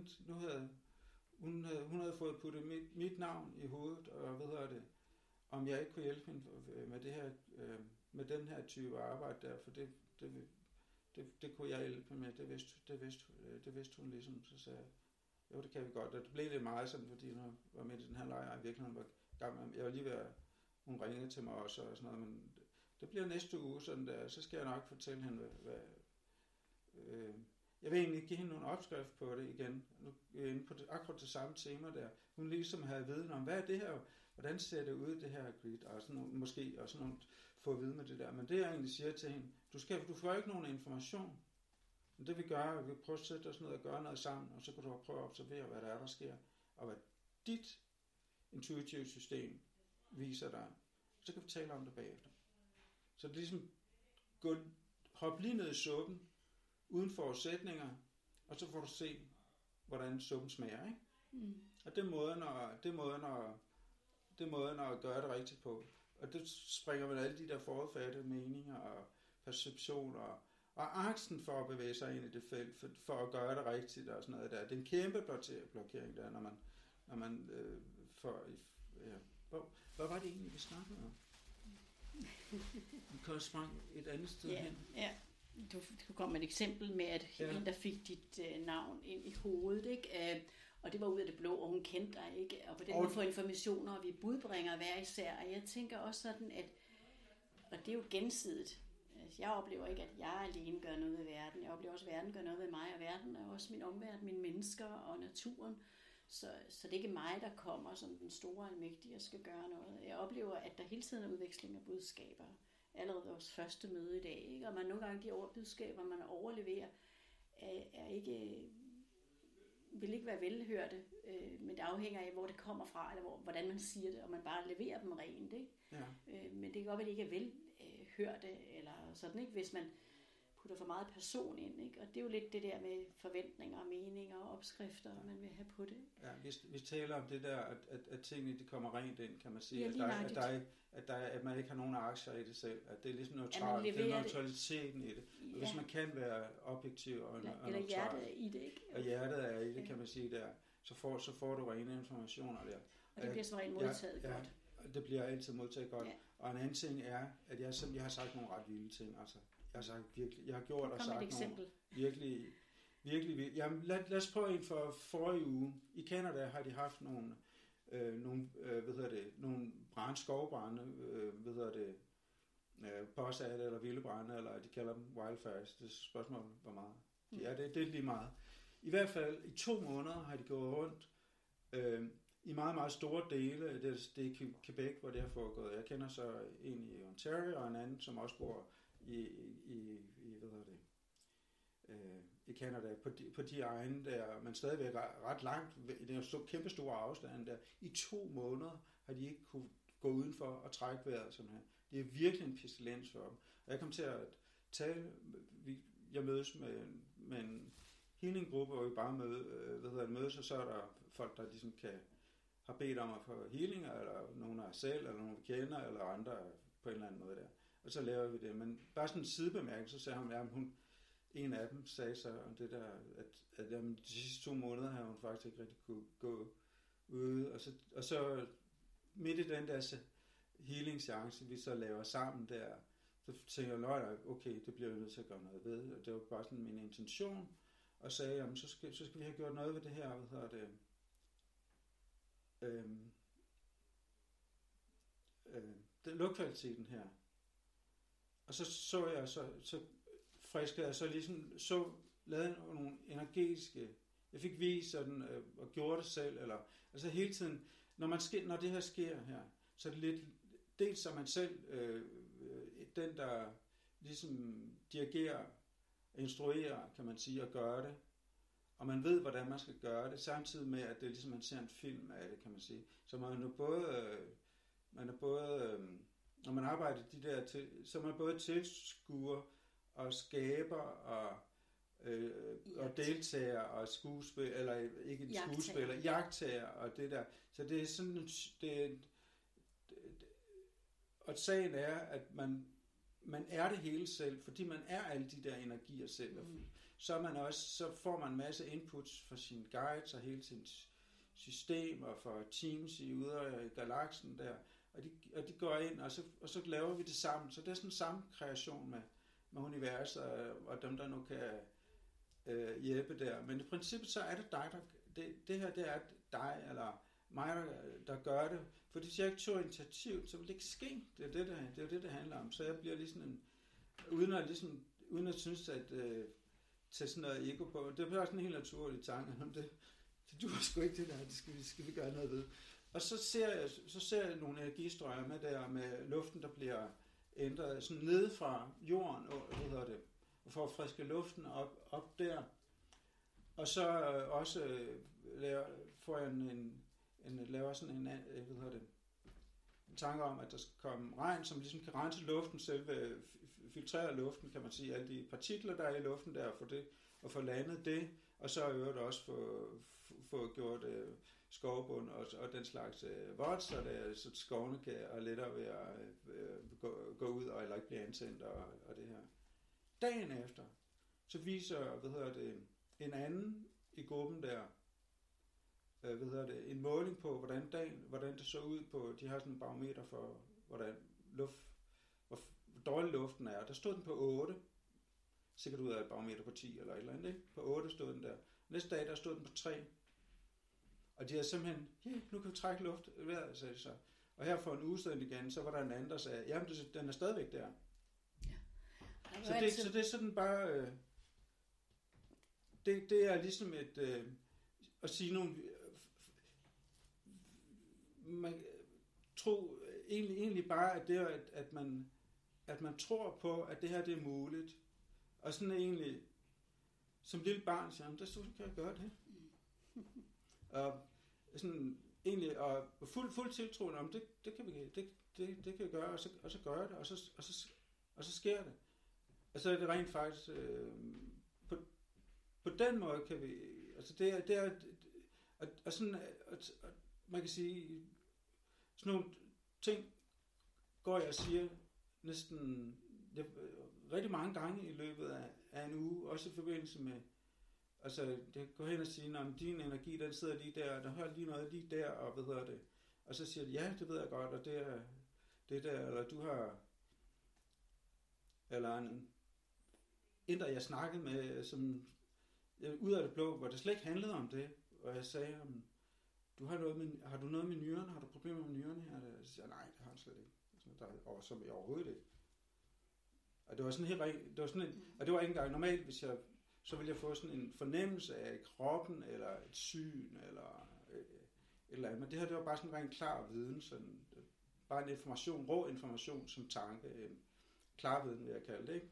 hun havde fået puttet mit navn i hovedet, og om jeg ikke kunne hjælpe hende med det her, med den her type arbejde der, for det kunne jeg hjælpe med, det vidste hun ligesom, så sagde jeg, jo, det kan vi godt, og det blev lidt meget sådan, fordi hun var midt i den her lejr, i virkeligheden var gang med, jeg var lige ved at, hun ringede til mig også, og sådan noget, men det bliver næste uge sådan der, så skal jeg nok fortælle hende, jeg vil egentlig give hende nogle opskrift på det igen, nu inde på akkurat det samme tema der. Hun ligesom havde viden om, hvad er det her, hvordan ser det ud, det her grid, og sådan nogle, måske også nogle få at vide med det der. Men det jeg egentlig siger til hende, du får ikke nogen information. Men det vi gør, vi prøver at sætte os ned og gøre noget sammen, og så kan du prøve at observere, hvad der sker, og hvad dit intuitive system viser dig. Så kan vi tale om det bagefter. Så det er ligesom, hop lige ned i suppen, uden forudsætninger, og så får du se, hvordan suppen smager, ikke? Mm. Og det er måden at gøre det rigtigt på. Og det springer man alle de der forudfattede meninger og perceptioner og angsten for at bevæge sig ind i det felt, for at gøre det rigtigt og sådan noget der. Det er en kæmpe blokering der, når man får... Ja. Hvad var det egentlig, vi snakkede om? Vi kan også springe et andet sted hen. Ja. Du kom med et eksempel med, at en, der fik dit navn ind i hovedet, ikke? Og det var ud af det blå, og hun kendte dig, ikke? Og på den måde får informationer, og vi budbringer hver især. Og jeg tænker også sådan, at, og det er jo gensidigt. Jeg oplever ikke, at jeg alene gør noget ved verden. Jeg oplever også, at verden gør noget ved mig, og verden er også min omverden, mine mennesker og naturen. Så det er ikke mig, der kommer som den store almægtige og skal gøre noget. Jeg oplever, at der hele tiden er udveksling af budskaber. Allerede vores første møde i dag, ikke? Og man nogle gange de budskaber, man overleverer, vil ikke være velhørte, men det afhænger af, hvor det kommer fra, eller hvordan man siger det, og man bare leverer dem rent, ikke? Ja. Men det kan godt være, at det ikke er velhørte, eller sådan, ikke? Hvis man putter for meget person ind, ikke? Og det er jo lidt det der med forventninger, meninger og opskrifter, man vil have på det. Ja, vi taler om det der, at tingene de kommer rent ind, kan man sige, at man ikke har nogen aktier i det selv, at det er ligesom neutralt, det er neutraliteten i det. Og hvis man kan være objektiv og eller hjertet er i det, ikke? Og hjertet er i det, kan man sige der, så får du rene informationer der. Og det bliver som rent modtaget godt. Det bliver altid modtaget godt. Ja. Og en anden ting er, at jeg har sagt nogle ret vilde ting, altså. Jeg har gjort og sagt nogle virkelig. Jamen, lad os prøve en for forrige uge. I Canada har de haft nogle skovbrande, påsatte eller vilde brande, eller de kalder dem wildfires. Det er spørgsmål, hvor meget. Ja, det er lige meget. I hvert fald i 2 måneder har de gået rundt i meget, meget store dele. Det er Quebec, hvor det har foregået. Jeg kender så en i Ontario, og en anden, som også bor i Canada, på de egne der, men stadigvæk ret langt, det er jo kæmpe store afstande der. I 2 måneder har de ikke kunne gå udenfor og trække vejret sådan her. Det er virkelig en pestilens for dem. Og jeg kom til at tale, jeg mødes med en healing-gruppe, hvor vi bare mødes, og så er der folk, der ligesom har bedt om at få healing, eller nogen af os selv, eller nogen vi kender, eller andre på en eller anden måde der. Og så laver vi det. Men bare sådan en sidebemærkning, så sagde hun, en af dem sagde så om det der, at de sidste 2 måneder har hun faktisk ikke rigtig kunne gå ude. Og så midt i den der healing-seance, vi så laver sammen der, så tænker jeg, okay, det bliver vi nødt til at gøre noget ved. Og det var bare sådan min intention, og sagde, jamen, så skal vi have gjort noget ved det her, lugtkvaliteten her. Og så jeg så friskede jeg så ligesom, lavede nogle energetiske, jeg fik vist sådan, og gjorde det selv, altså hele tiden, når det her sker her, så er det lidt, dels er man selv den, der ligesom dirigerer, instruerer, kan man sige, at gøre det. Og man ved, hvordan man skal gøre det, samtidig med, at det er ligesom, man ser en film af det, kan man sige. Så man er både, når man arbejder de der så er man både tilskuer og skaber og deltager og skuespiller, eller ikke en skuespiller, jagttager og det der. Så det er sådan, og sagen er, at man er det hele selv, fordi man er alle de der energier selv. Så får man en masse inputs fra sine guides og hele sin system og fra teams i ydre galaksen der, og de går ind, og så laver vi det sammen. Så det er sådan en samkreation med universet og dem, der nu kan hjælpe der. Men i princippet så er det dig, det her det er dig eller mig, der gør det. For hvis jeg ikke tog initiativ, så vil det ikke ske. Det er det handler om. Så jeg bliver ligesom uden at synes, at tage sådan noget ego på. Det bliver også en helt naturlig tanke om det. Det duer sgu ikke det der, det skal vi gøre noget ved. Og så ser jeg nogle energistrømme der med luften, der bliver ændret sådan nede fra jorden, for at friske luften op der. Og så også får jeg laver sådan en tanke om, at der skal komme regn, som ligesom kan rense luften, selve filtrere luften, kan man sige, alle de partikler, der er i luften der, og få landet det, og så i øvrigt også få gjort skovbund og den slags vådt, så skovene kan og lettere ved at gå ud og eller ikke blive antændt og det her. Dagen efter, så viser, en anden i gruppen der, en måling på, hvordan det så ud på, de har sådan en barometer for, hvor dårlig luften er. Der stod den på 8, sikkert ud af et barometer på 10 eller et eller andet, ikke? På 8 stod den der. Næste dag, der stod den på 3. Og de havde simpelthen, nu kan vi trække luft vejret, sagde de så. Og her for en uge siden igen, så var der en anden, der sagde, jamen den er stadigvæk der. Ja. Så det er sådan bare, det er ligesom at sige nogle, man tror egentlig bare, at det er, at man tror på, at det her det er muligt. Og sådan egentlig, som lille barn siger, så kan jeg gøre det. Og sådan egentlig, og fuld tiltro om, det kan vi gøre, og så gør jeg det, og så sker det. Og så er det rent faktisk, på den måde kan vi, altså det er og sådan, at man kan sige, sådan nogle ting går jeg og siger næsten rigtig mange gange i løbet af en uge, også i forbindelse med, altså det går hen og siger, om din energi, den sidder lige der, der hører lige noget lige der, og og så siger de, ja, det ved jeg godt, og det er det der, eller du har, eller en der jeg snakkede med, som ud af det blå, hvor det slet ikke handlede om det, og jeg sagde, har du noget med nyrerne, har du problemer med nyrerne her? Og så siger jeg, nej, det har han slet ikke. Og som jeg overhovedet ikke. Og det var sådan helt rent, og det var ikke engang normalt, hvis så ville jeg få sådan en fornemmelse af kroppen, eller et syn, eller et eller andet. Men det her, det var bare sådan en rent klar viden, sådan, bare en information, rå information som tanke, en klar viden, vil jeg kalde det, ikke?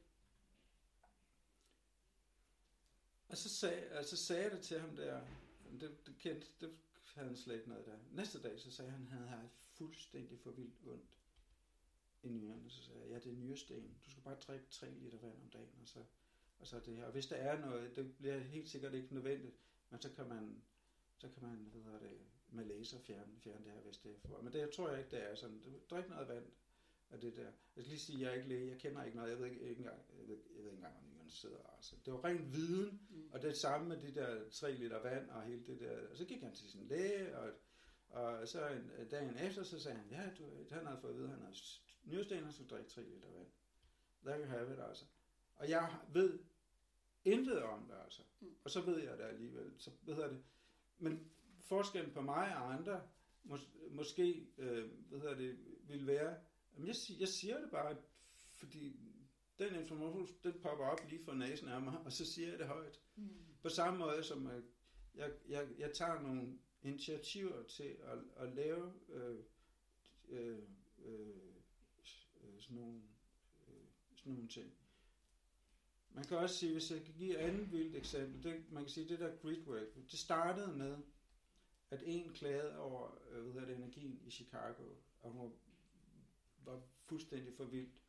Og så sagde jeg det til ham der, det havde han slet ikke noget der. Næste dag, så sagde han, at han havde fuldstændig for vildt ondt i nyrerne. Så sagde jeg, ja, det er nyresten. Du skal bare drikke 3 liter vand om dagen, og så det her. Og hvis der er noget, det bliver helt sikkert ikke nødvendigt, men så kan man med laser fjerne det her, hvis det er for. Men det tror jeg ikke, det er sådan. Drik noget vand af det der. Jeg skal lige sige, jeg er ikke læge, jeg kender ikke noget, jeg ved ikke engang, om nyrerne sidder. Altså. Det var ren viden, og det samme med de der 3 liter vand og hele det der. Og så gik han til sin læge, og så dagen efter, så sagde han, ja, han havde fået at vide, at han havde nyresten, og så drikke 3 liter vand. There you have it, altså. Og jeg ved intet om det, altså. Og så ved jeg det alligevel. Så men forskellen på mig og andre, måske, vil være, jeg siger det bare, fordi den information, den popper op lige for næsen af mig, og så siger jeg det højt. På samme måde som jeg tager nogle initiativer til at lave sådan nogle ting. Man kan også sige, hvis jeg kan give et andet vildt eksempel, man kan sige, det der grid work, det startede med, at en klagede over energien i Chicago, og hun var fuldstændig for vildt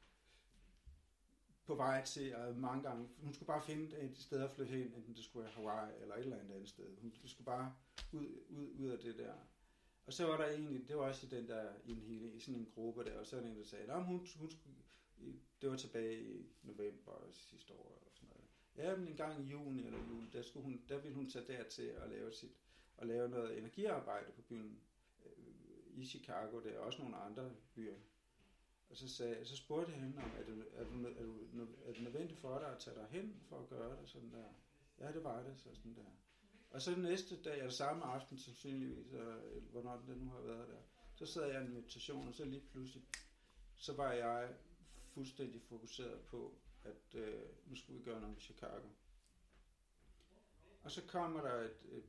på vej til mange gange. Hun skulle bare finde et sted at flytte hen, enten det skulle være Hawaii eller et eller andet sted. Hun skulle bare ud af det der. Og så var der egentlig, det var også i den der, i sådan en gruppe der, og så var der en, der sagde, at hun skulle, det var tilbage i november sidste år, eller sådan noget. Ja, men en gang i juni eller juli, der ville hun tage dertil at lave noget energiarbejde på byen i Chicago, der er også nogle andre byer. Og så spurgte jeg hende om, er det nødvendigt for dig at tage dig hen for at gøre det sådan der? Ja, det var det, så sådan der. Og så næste dag, eller samme aften sandsynligvis, hvornår det nu har været der, så sad jeg i en meditation, og så lige pludselig, så var jeg fuldstændig fokuseret på, at nu skulle vi gøre noget med Chicago. Og så kommer der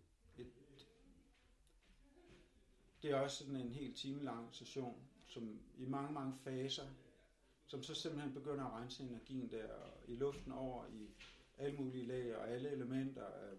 det er også sådan en helt timelang session, som i mange, mange faser, som så simpelthen begynder at rense energien der i luften over i alle mulige lag og alle elementer af,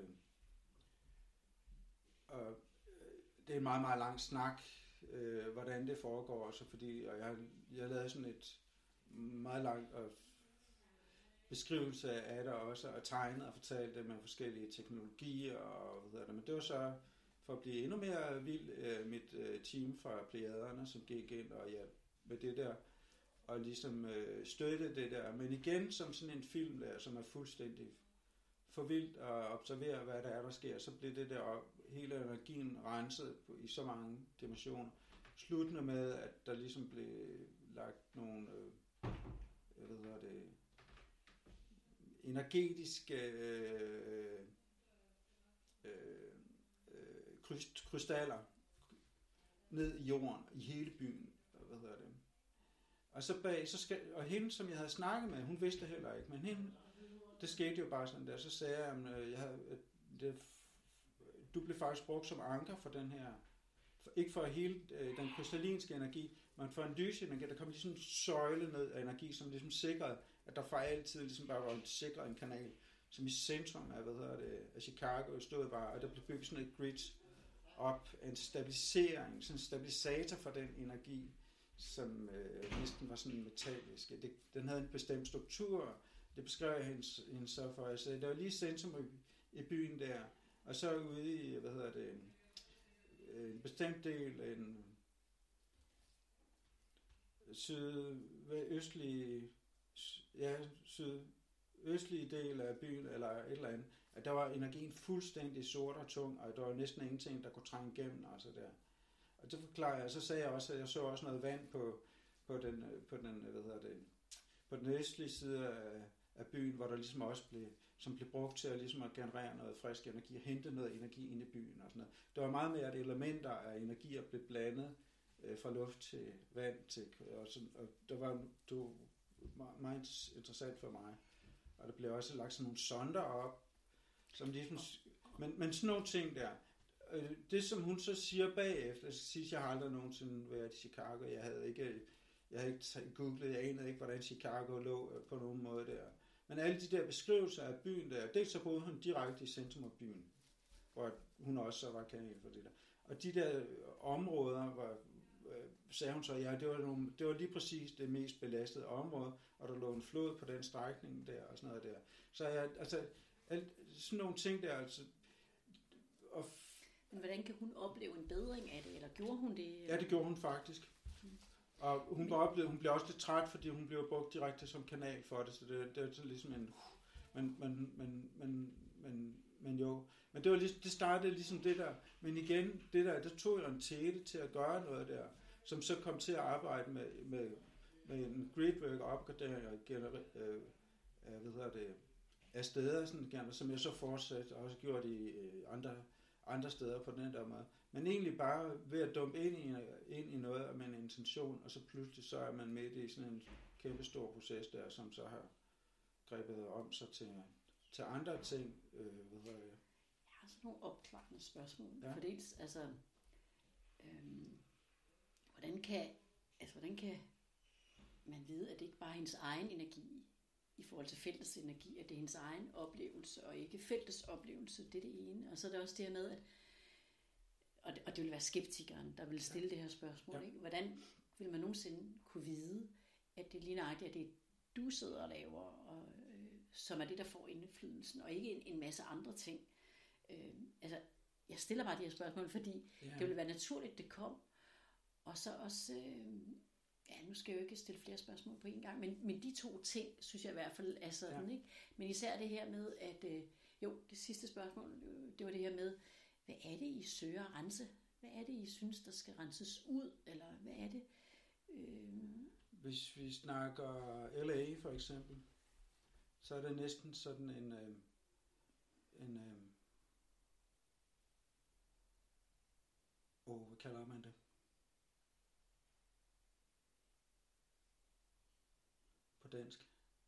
og det er en meget, meget lang snak, hvordan det foregår, også fordi jeg lavede sådan et meget langt beskrivelse af det også, og tegnet og fortalte det med forskellige teknologier og men det var så for at blive endnu mere vild, mit team fra Plejaderne, som gik ind og hjalp med det der, og ligesom støtte det der, men igen som sådan en film der, som er fuldstændig for vildt at observere, hvad der sker, så bliver det der hele energien renset i så mange dimensioner, sluttende med, at der ligesom blev lagt nogle, energetiske krystaller ned i jorden i hele byen, og så bag, og hende, som jeg havde snakket med, hun vidste heller ikke, men hende, det skete jo bare sådan der, så sagde jeg, du blev faktisk brugt som anker for den her, ikke for hele den krystallinske energi, men for en lysenergi, der kom ligesom en søjle ned af energi, som ligesom sikrede, at der for altid ligesom bare var sikret en kanal, som i centrum af, af Chicago stod bare, og der blev bygget sådan et grid op, en stabilisering, sådan en stabilisator for den energi, som næsten var sådan metallisk. Den havde en bestemt struktur, det beskrev jeg hende så for, jeg sagde, der var lige centrum i byen der, og så ude i, en bestemt del, en sydøstlige del af byen, eller et eller andet, at der var energien fuldstændig sort og tung, og der var næsten ingenting, der kunne trænge igennem, altså der. Og det forklarer jeg, så sagde jeg også, at jeg så også noget vand på den østlige side af byen, hvor der ligesom også blev brugt til at generere noget frisk energi, og hente noget energi ind i byen og sådan noget. Det var meget mere, at elementer af energier blev blandet fra luft til vand, og det var meget interessant for mig. Og der blev også lagt sådan nogle sonder op, som ligesom, men sådan nogle ting der. Det som hun så siger bagefter, jeg har aldrig nogensinde været i Chicago, jeg havde ikke googlet, jeg anede ikke, hvordan Chicago lå på nogen måde der. Men alle de der beskrivelser af byen der, dels så boede hun direkte i centrum af byen, hvor hun også så var kanal for det der. Og de der områder, sagde hun så, ja, det var lige præcis det mest belastede område, og der lå en flod på den strækning der, og sådan noget der. Så sådan nogle ting der, altså. Men hvordan kan hun opleve en bedring af det, eller gjorde hun det? Ja, det gjorde hun faktisk. Og hun blev også lidt træt, fordi hun blev brugt direkte som kanal for det, så det er sådan ligesom en... Men jo. Men det var ligesom, det startede ligesom det der. Men igen, det der tog jeg en tætte til at gøre noget der, som så kom til at arbejde med en gridwork opgradering af steder, sådan, som jeg så fortsatte og også gjorde i andre steder på den der måde. Men egentlig bare ved at dumpe ind i noget med en intention, og så pludselig så er man midt i sådan en kæmpe stor proces der, som så har grebet om sig til andre ting. Jeg har sådan nogle opklarende spørgsmål. Ja. For dels, altså, hvordan kan altså hvordan kan man vide, at det ikke bare er hendes egen energi i forhold til feltets energi, at det er hendes egen oplevelse, og ikke feltets oplevelse, det er det ene. Og så er der også det her med, at og det vil være skeptikeren, der vil stille det her spørgsmål. Ikke? Hvordan vil man nogensinde kunne vide, at det er lige nøjagtigt, at det er du sidder og laver, og, som er det, der får indflydelsen, og ikke en masse andre ting. Altså, jeg stiller bare de her spørgsmål, fordi det ville være naturligt, det kom. Og så også, nu skal jeg jo ikke stille flere spørgsmål på en gang, men de to ting, synes jeg i hvert fald er sådan, ikke? Men især det her med, at, det sidste spørgsmål, det var det her med, hvad er det, I søger at rense? Hvad er det, I synes, der skal renses ud? Eller hvad er det? Hvis vi snakker LA for eksempel, så er det næsten sådan hvad kalder man det? På dansk.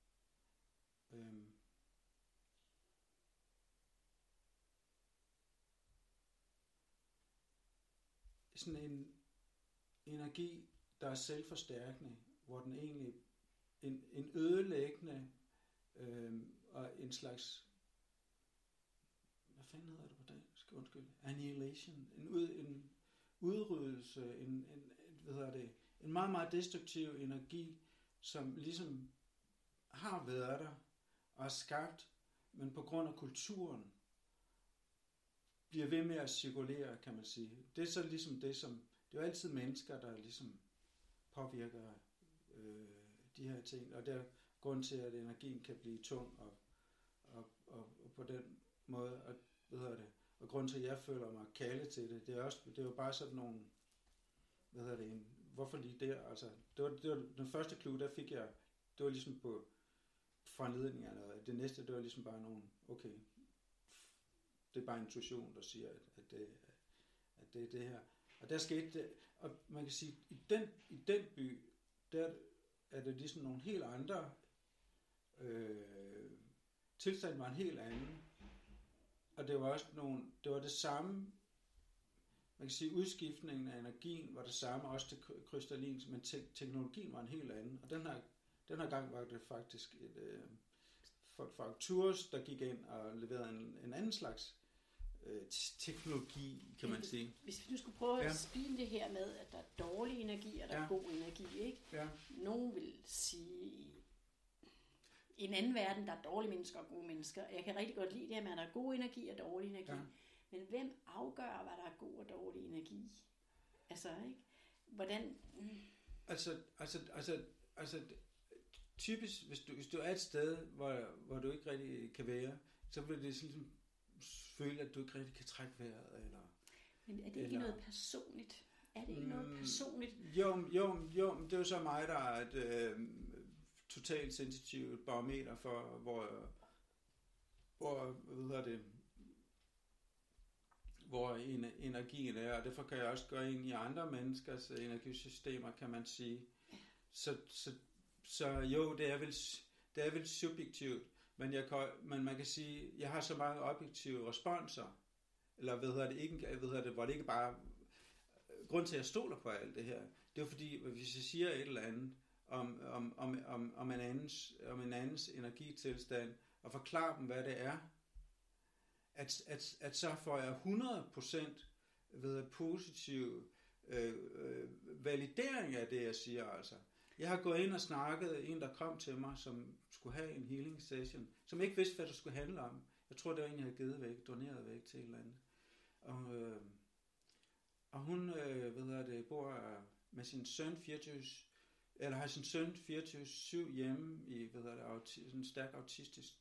Sådan en energi, der er selvforstærkende, hvor den egentlig en ødelæggende og en slags, hvad fanden hedder det på dansk? Undskyld. Annihilation. En udryddelse, en meget, meget destruktiv energi, som ligesom har været der og er skabt, men på grund af kulturen bliver ved med at cirkulere, kan man sige. Det er så ligesom det, som det er jo altid mennesker, der ligesom påvirker de her ting, og der er grund til, at energien kan blive tung og på den måde, og grund til, at jeg føler mig kaldet til det, det er jo bare sådan nogle, hvorfor lige der, altså, det var den første clue, der fik jeg, det var ligesom på foranledning af noget, det næste, det var ligesom bare nogle, okay, det er bare intuition, der siger, at det er det her. Og der skete det, og man kan sige, i den by, der er det ligesom nogle helt andre, tilstanden var en helt anden, og det var også det var det samme, man kan sige, udskiftningen af energien var det samme, også til krystallin, men teknologien var en helt anden, og den her gang var det faktisk fra Arcturus, der gik ind og leverede en anden slags teknologi, kan man sige. Hvis vi nu skulle prøve at spille det her med, at der er dårlig energi, og der er god energi, ikke? Ja. Nogen vil sige, i en anden verden, der er dårlige mennesker og gode mennesker. Jeg kan rigtig godt lide det her med, at der er god energi og dårlig energi. Ja. Men hvem afgør, hvad der er god og dårlig energi? Altså, ikke? Hvordan? Altså, typisk, hvis du er et sted, hvor du ikke rigtig kan være, så vil det sådan føle, at du ikke rigtig kan trække vejret, eller... Men er det ikke noget personligt? Er det ikke noget personligt? Jo, det er jo så mig, der er et totalt sensitivt barometer for, hvor energien er, og derfor kan jeg også gå ind i andre menneskers energisystemer, kan man sige. Så jo, det er vel subjektivt, men man kan sige, jeg har så mange objektive responser, eller hvor det ikke bare, grund til at jeg stoler på alt det her, det er fordi, hvis jeg siger et eller andet om en andens energitilstand, og forklarer dem, hvad det er, at så får jeg 100% positiv validering af det, jeg siger, altså. Jeg har gået ind og snakket, en der kom til mig, som skulle have en healing session, som ikke vidste, hvad det skulle handle om. Jeg tror, det var en, jeg havde givet væk, doneret væk til et eller andet. Og hun, bor med sin søn 24, har sin søn 24/7 hjemme i, sådan en stærk autistisk,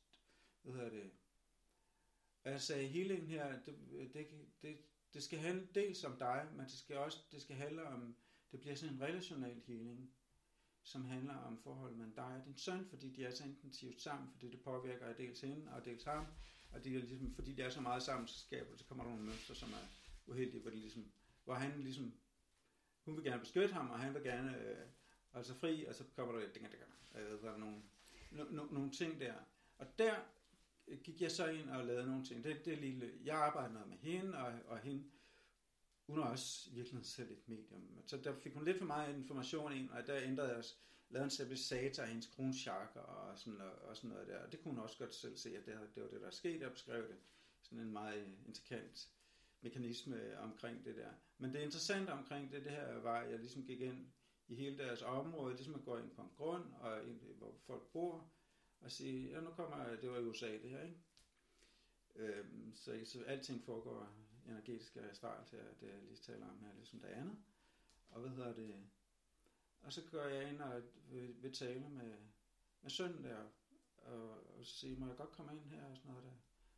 og jeg sagde, healing her, det skal handle dels om dig, men det skal handle om, det bliver sådan en relationel healing, som handler om forholdet mellem dig og din søn, fordi de er så intensivt sammen, fordi det påvirker dels hende og dels ham, og de er ligesom, fordi de er så meget sammen, så kommer der nogle mønstre, som er uheldige, hvor han ligesom, hun vil gerne beskytte ham, og han vil gerne altså fri, og så kommer der nogle ting der. Og der gik jeg så ind og lavede nogle ting. Det lille, jeg arbejder noget med hende, og hende hun er også virkelig selv et medium. Så der fik hun lidt for meget information ind, og der ændrede jeg os, lavede en stabilisator af hendes kronchakra og sådan noget der. Og det kunne hun også godt selv se, at det var det, der skete. Jeg beskrev det. Sådan en meget intrikant mekanisme omkring det der. Men det interessante omkring det her var, at jeg ligesom gik ind i hele deres område, ligesom at gå ind på en grund, og ind, hvor folk bor, og sige, ja, nu kommer jeg, det var i USA det her, ikke? Så alting foregår energetisk svar til det, jeg lige taler om her, ligesom det andet. Og og så går jeg ind og vil tale med sønnen der, og sige, må jeg godt komme ind her, og sådan noget der.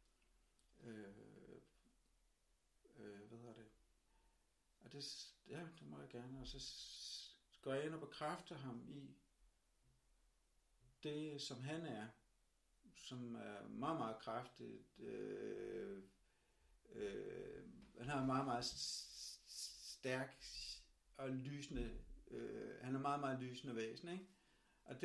Og det må jeg gerne. Og så går jeg ind og bekræfter ham i det, som han er, som er meget, meget kraftigt. Han har meget, meget stærk og lysende, han er meget, meget lysende væsen, ikke? Og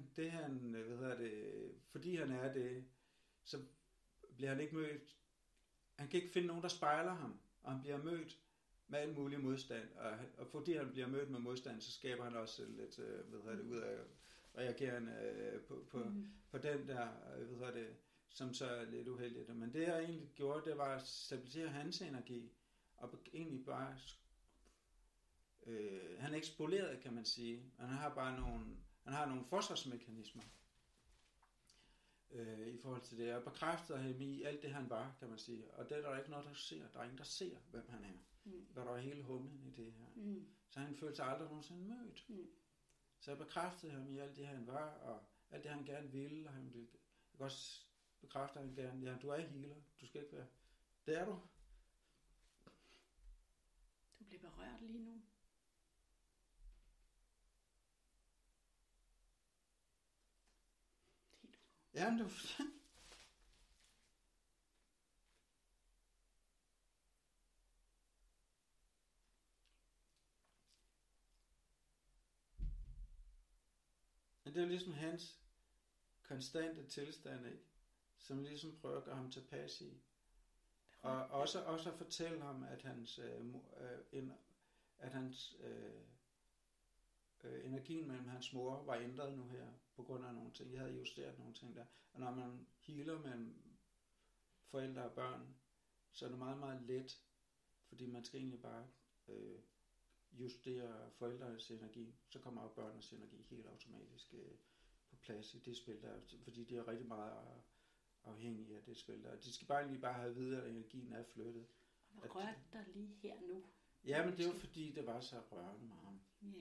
fordi han er det, så bliver han ikke mødt, han kan ikke finde nogen, der spejler ham, og han bliver mødt med al mulig modstand, og fordi han bliver mødt med modstand, så skaber han også lidt, ud af reagerende på den der, som så er lidt uheldigt. Men det jeg egentlig gjorde, det var at stabilisere hans energi, og egentlig bare, han er eksploderet, kan man sige, og han har nogle forsvarsmekanismer, i forhold til det, og bekræfter ham i alt det, han var, kan man sige. Og det er der ikke noget, der ser. Der er ingen, der ser, hvem han er. Der er hele humlen i det her. Så han følte sig aldrig nogensinde mødt. Så jeg bekræftede ham i alt det, han var, og alt det, han gerne ville. Og jeg kan også bekræfte ham gerne, ja, du er healer. Du skal ikke være. Det er du. Du bliver berørt lige nu. Ja, men det var... Men det er jo ligesom hans konstante tilstand, ikke? Som ligesom prøver at gøre ham tilpas i. Og også at fortælle ham, at hans energien mellem hans mor var ændret nu her, på grund af nogle ting. Jeg havde justeret nogle ting der. Og når man healer mellem forældre og børn, så er det meget, meget let, fordi man skal egentlig bare justere forældrenes energi, så kommer jo børnenes energi helt automatisk på plads i det spil der, fordi de er rigtig meget afhængige af det spil der. De skal bare have at vide, at energien er flyttet. Og hvad rørte dig lige her nu? Ja, men det var fordi, det var så rørende med ham. Ja.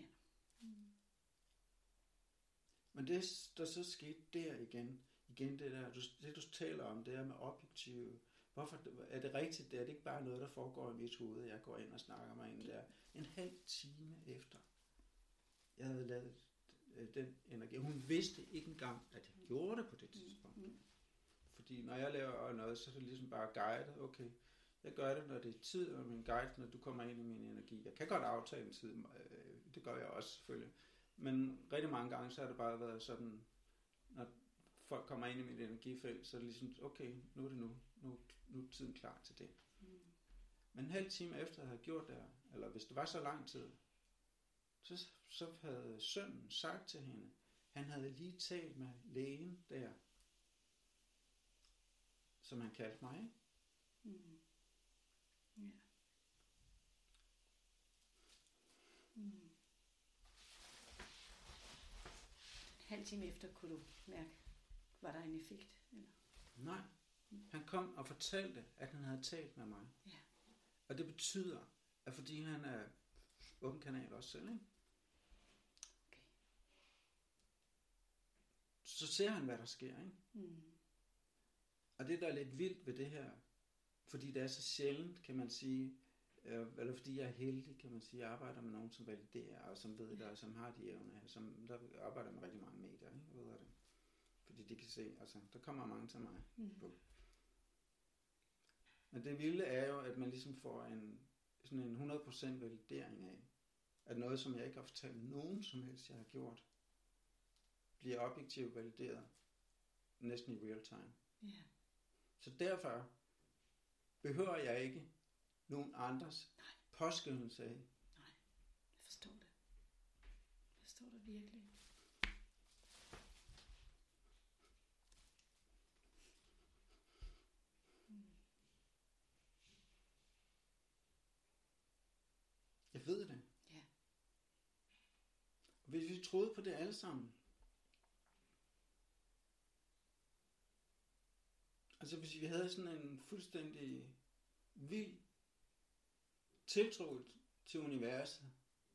Men det, der så skete der igen det der, det du taler om, det er med objektive. Hvorfor er det rigtigt? Er det ikke bare noget, der foregår i mit hoved? Jeg går ind og snakker med en der. En halv time efter, jeg havde lavet den energi. Hun vidste ikke engang, at jeg gjorde det på det tidspunkt. Fordi når jeg laver noget, så er det ligesom bare guidet. Okay, jeg gør det, når det er tid, og min guide, når du kommer ind i min energi. Jeg kan godt aftale en tid, det gør jeg også selvfølgelig. Men rigtig mange gange, så har det bare været sådan, når folk kommer ind i mit energifelt, så er det ligesom, okay, nu er det nu er tiden klar til det. Men en halv time efter jeg havde gjort det, eller hvis det var så lang tid, så havde sønnen sagt til hende, han havde lige talt med lægen der, som han kaldte mig, ikke? Ja. En halv time efter kunne du mærke, var der en effekt? Eller? Nej. Han kom og fortalte, at han havde talt med mig. Ja. Og det betyder, at fordi han er åben kanal også selv, ikke? Okay. Så ser han, hvad der sker, ikke? Og det, der er lidt vildt ved det her, fordi det er så sjældent, kan man sige, eller fordi jeg er heldig, kan man sige, jeg arbejder med nogen, som validerer, og som ved det, og som har de evner her, som der arbejder med rigtig mange medier, ikke? Ved det. Fordi de kan se, altså, der kommer mange til mig på. Men det vilde er jo, at man ligesom får sådan en 100% validering af, at noget, som jeg ikke har fortalt nogen som helst, jeg har gjort, bliver objektivt valideret næsten i real time. Yeah. Så derfor behøver jeg ikke nogen andres påskyndelse af. Nej, jeg forstår det. Jeg forstår det virkelig. Jeg ved det. Ja. Og hvis vi troede på det alle sammen, altså hvis vi havde sådan en fuldstændig vild tiltro til universet.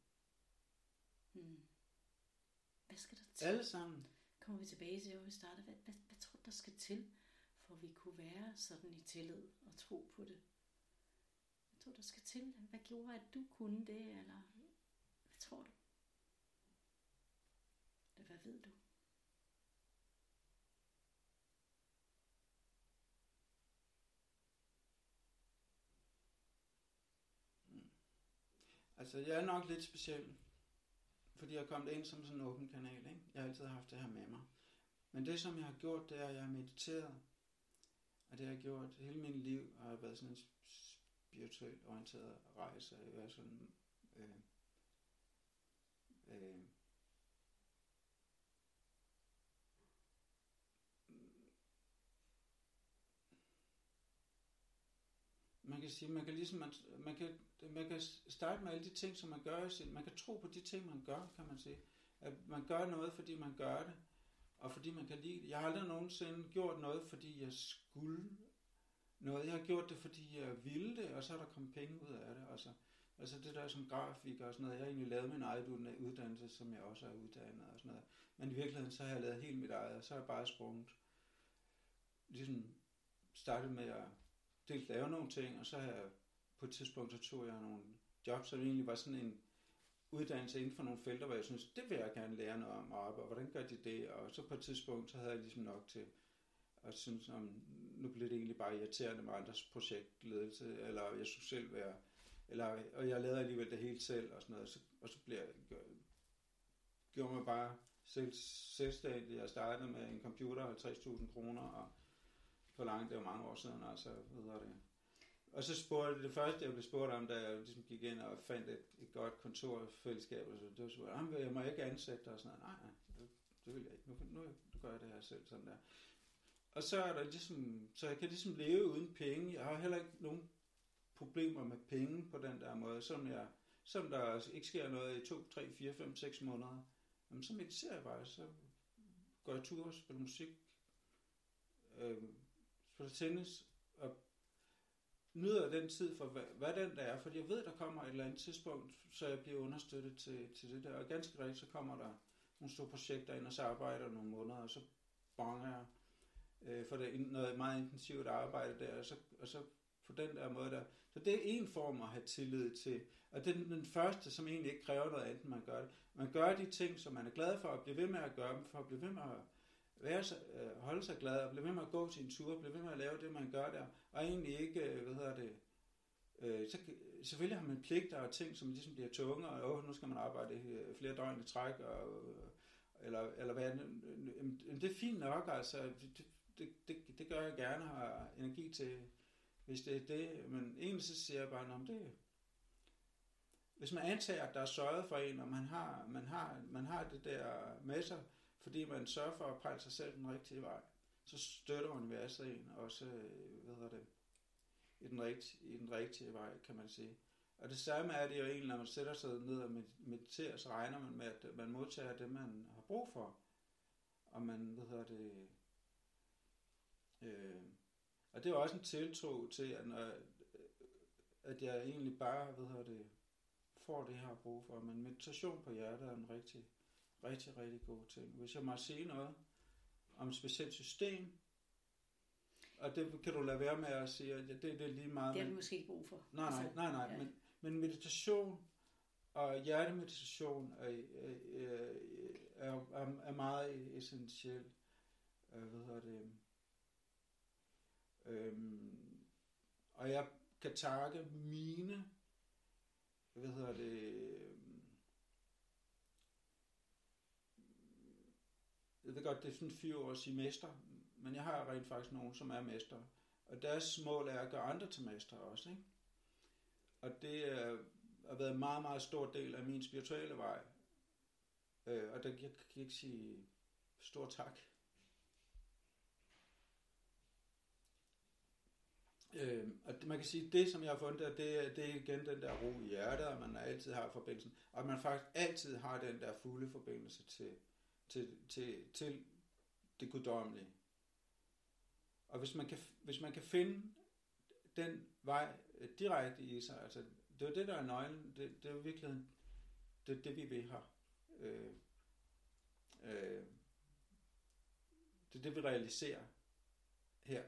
Hvad skal der til? Alle sammen. Kommer vi tilbage til, hvor vi startede. Hvad tror du, der skal til, for at vi kunne være sådan i tillid og tro på det? Hvad tror du, der skal til? Hvad gjorde, at du kunne det? Eller hvad tror du? Eller hvad ved du? Altså, jeg er nok lidt speciel, fordi jeg er kommet ind som sådan en åben kanal, ikke? Jeg har altid haft det her med mig. Men det, som jeg har gjort, det er, at jeg har mediteret. Og det har jeg gjort hele mit liv, og jeg har været sådan en spirituelt orienteret rejse. Jeg har været sådan... Man kan sige, man kan starte med alle de ting, som man gør. Man kan tro på de ting, man gør, kan man sige. At man gør noget, fordi man gør det, og fordi man kan lide det. Jeg har aldrig nogensinde gjort noget, fordi jeg skulle noget. Jeg har gjort det, fordi jeg ville det, og så er der kommet penge ud af det. Altså det der som grafiker og sådan noget. Jeg har egentlig lavet min egen uddannelse, som jeg også er uddannet og sådan noget. Men i virkeligheden, så har jeg lavet helt mit eget, og så har jeg bare sprunget. Ligesom startet med at dels lave nogle ting, og så har jeg på et tidspunkt, så tog jeg nogle jobs, som egentlig var sådan en uddannelse inden for nogle felter, hvor jeg synes, det vil jeg gerne lære noget om, og hvordan gør de det, og så på et tidspunkt, så havde jeg ligesom nok til at synes, om nu blev det egentlig bare irriterende med andres projektledelse, eller jeg skulle selv være, og jeg lavede alligevel det hele selv, og sådan noget, og så gjorde mig bare selvstændig. Jeg startede med en computer, 50.000 kroner, og for langt, det var mange år siden, altså, ved jeg det. Og så spurgte det første, jeg blev spurgt om, da jeg ligesom gik ind og fandt et godt kontorfællesskab, og så det var sådan, jeg må ikke ansætte dig, og sådan noget. Nej, det vil jeg ikke. Nu gør jeg det her selv, sådan der. Og så er der ligesom, så jeg kan ligesom leve uden penge. Jeg har heller ikke nogen problemer med penge på den der måde, som der ikke sker noget i 2, 3, 4, 5, 6 måneder. Jamen, så mediterer jeg bare, så går jeg tur, spiller musik, spiller tennis, og nyder den tid for, hvad den der er, fordi jeg ved, der kommer et eller andet tidspunkt, så jeg bliver understøttet til det der, og ganske rigtigt, så kommer der nogle store projekter ind, og så arbejder jeg nogle måneder, og så bonger jeg for det noget meget intensivt arbejde der, og så på den der måde der. Så det er en form at have tillid til, og det er den første, som egentlig ikke kræver noget andet, man gør det. Man gør de ting, som man er glad for, at blive ved med at gøre dem, for at blive ved med at holde sig glad, og blive ved med at gå sin tur, blive ved med at lave det, man gør der, og egentlig ikke, så selvfølgelig har man pligter og ting, som ligesom bliver tunge, og nu skal man arbejde flere døgn i træk, eller hvad det er fint nok, altså, det gør jeg gerne, har energi til, hvis det er det, men egentlig så siger jeg bare, om det, hvis man antager, at der er sørget for en, og man har det der med sig, fordi man sørger for at pejle sig selv den rigtige vej, så støtter universet en også, i den rigtige vej, kan man sige. Og det samme er det jo egentlig, når man sætter sig ned og mediterer, så regner man med, at man modtager det, man har brug for. Og man, og det er også en tiltro til, at jeg egentlig bare, får det, jeg har brug for. Men meditation på hjertet er en rigtig, rigtig, rigtig god ting. Hvis jeg må sige noget om et specielt system, og det kan du lade være med at sige, at det er lige meget. Det har vi måske ikke brug for. Nej, ja. men meditation og hjertemeditation er meget essentiel. Og jeg kan takke mine, jeg ved godt, det er sådan 4 år at sige mester, men jeg har rent faktisk nogen, som er mester. Og deres mål er at gøre andre til mester også, ikke? Og det har været en meget, meget stor del af min spirituelle vej. Og der kan jeg ikke sige stor tak. Og man kan sige, det som jeg har fundet, det er igen den der ro i hjertet, og man altid har forbindelsen, og man faktisk altid har den der fulde forbindelse til det guddommelige. Og hvis man kan finde den vej direkte i sig, altså det er det der er nøglen, det er jo virkelig det vi vil have. Det er det vi realiserer her.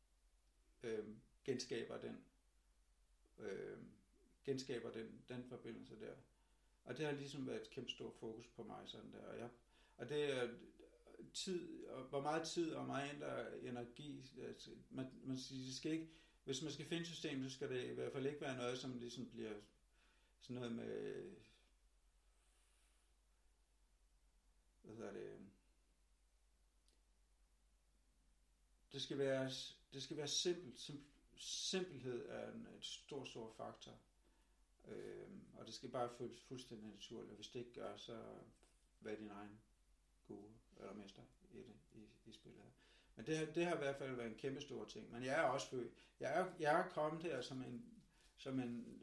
Genskaber den forbindelse der. Og det har ligesom været et kæmpe stort fokus på mig sådan der. Og det er tid, og hvor meget tid og meget energi, altså, man siger, det skal ikke, hvis man skal finde systemet, så skal det i hvert fald ikke være noget, som ligesom bliver sådan noget med, hvad hedder det, det skal være simpelt. Simpelhed er en stor faktor. Og det skal bare føles fuldstændig naturligt. Og hvis det ikke gør, så vær din egen gode eller mester i det i spillet her. Men det har i hvert fald været en kæmpe stor ting. Men jeg er også født. Jeg er kommet her som en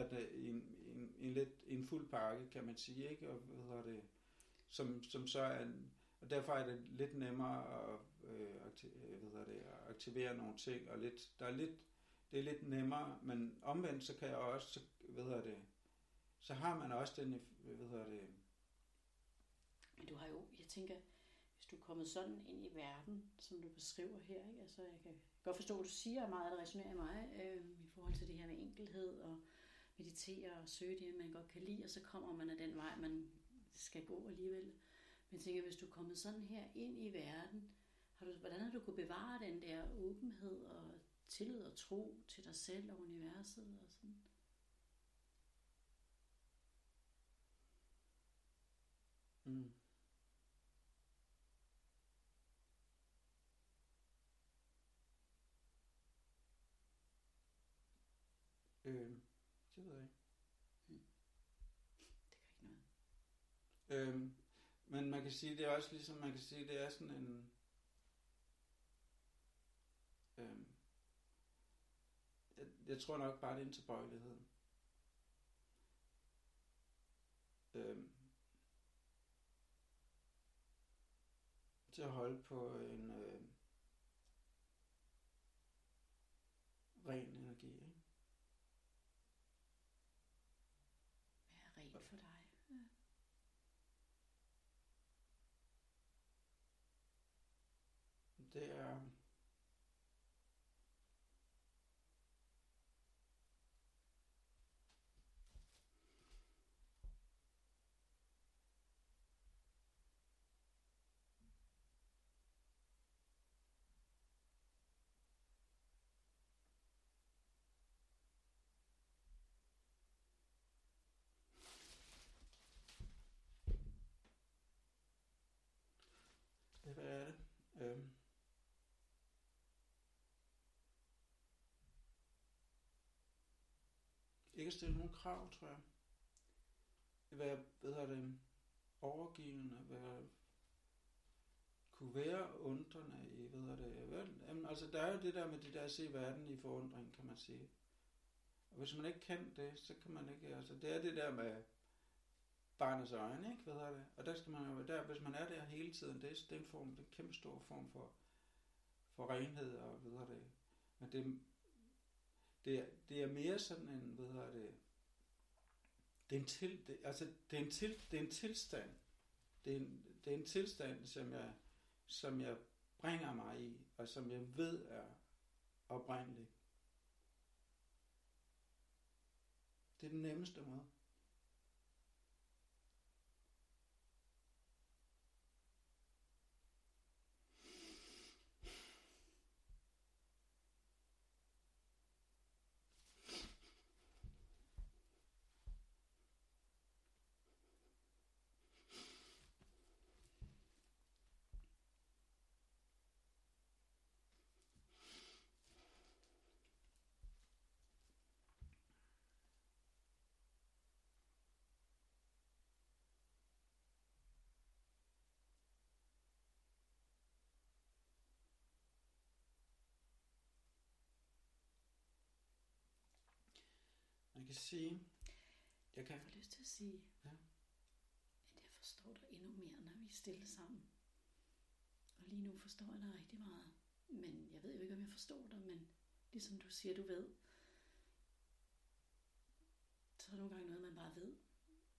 en fuld pakke, kan man sige, ikke? Og som så er og derfor er det lidt nemmere at aktivere nogle ting, og det er lidt nemmere, men omvendt så kan jeg også, så har man også den, Men du har jo, jeg tænker, hvis du er kommet sådan ind i verden, som du beskriver her, ikke? Altså jeg kan godt forstå, hvad du siger, meget der resonerer i mig, i forhold til det her med enkelhed og meditere og søge det, man godt kan lide, og så kommer man af den vej, man skal gå alligevel. Men jeg tænker, hvis du er kommet sådan her ind i verden, hvordan har du kunnet bevare den der åbenhed og tillid og tro til dig selv og universet og sådan? Det ved jeg ikke. Det kan ikke noget. Men man kan sige, det er også ligesom, man kan sige, det er sådan en, jeg tror nok bare, det er en tilbøjelighed. Til at holde på en ren energi, ikke? Hvad er rent for dig? Ja. Det er hvad er det? Ikke at stille nogen krav, tror jeg. Overgivende, kunne være undrende i, altså der er jo det der med de der at se verden i forundring, kan man sige. Og hvis man ikke kan det, så kan man ikke, altså det er det der med barnets øjne, ikke? Og der skal man jo, hvis man er der hele tiden, det er en kæmpe stor form for renhed og Men det er mere sådan en, det er en tilstand. Det er en tilstand, som jeg bringer mig i, og som jeg ved er oprindelig. Det er den nemmeste måde. Man kan sige, Jeg får lyst til at sige, Ja. at jeg forstår dig endnu mere, når vi er stille sammen. Og lige nu forstår jeg dig rigtig meget. Men jeg ved jo ikke, om jeg forstår dig, men ligesom du siger, du ved, så er der nogle gange noget, man bare ved.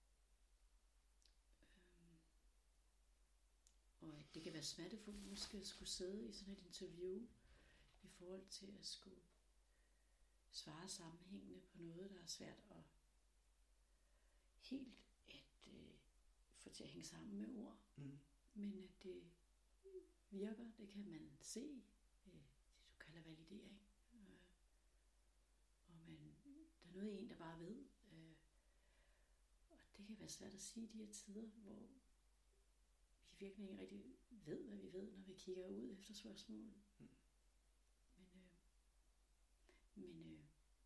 Og at det kan være smertefuldt måske at skulle sidde i sådan et interview i forhold til at skulle svare sammenhængende på noget, der er svært at helt at få til at hænge sammen med ord. Mm. Men at det virker, det kan man se, det du kalder validering. Og der er noget i en, der bare ved. Og det kan være svært at sige i de her tider, hvor vi virkelig ikke rigtig ved, hvad vi ved, når vi kigger ud efter spørgsmål. Mm. Men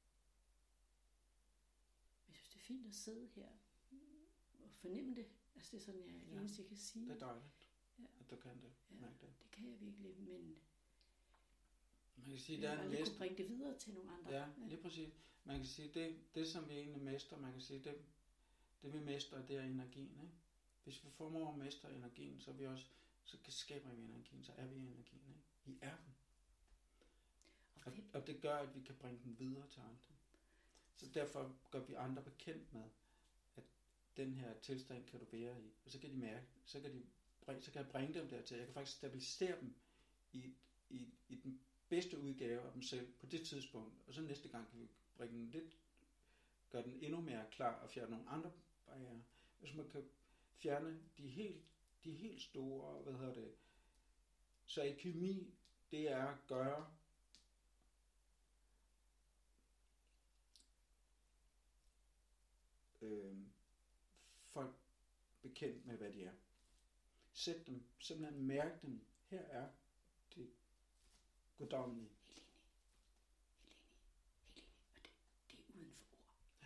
jeg synes, det er fint at sidde her og fornemme det. Altså det er sådan, jeg eneste kan sige. Det er dejligt, Ja. at du kan det. Ja, Mærke det. det kan jeg virkelig, men Man kan sige, jeg der har er en aldrig kunne mester. bringe det videre til nogle andre. Ja, lige præcis. Man kan sige, det som vi egentlig mester, man kan sige, det vi mestrer, det er energien. Ikke? Hvis vi formår at mestre energien, så skaber vi energien, så er vi energien. Ikke? Vi er den. Og det gør, at vi kan bringe den videre til andre. Så derfor gør vi andre bekendt med, at den her tilstand kan du være i. Og så kan de mærke, så kan jeg bringe dem dertil. Jeg kan faktisk stabilisere dem i den bedste udgave af dem selv på det tidspunkt. Og så næste gang kan vi bringe den lidt, gøre den endnu mere klar og fjerne nogle andre barrierer. Hvis man kan fjerne de helt store, så i kemi, det er at gøre folk bekendt med, hvad de er. Sæt dem, simpelthen mærke dem. Her er det guddommelige. Helt enig. Og det er uden for ord. Ja.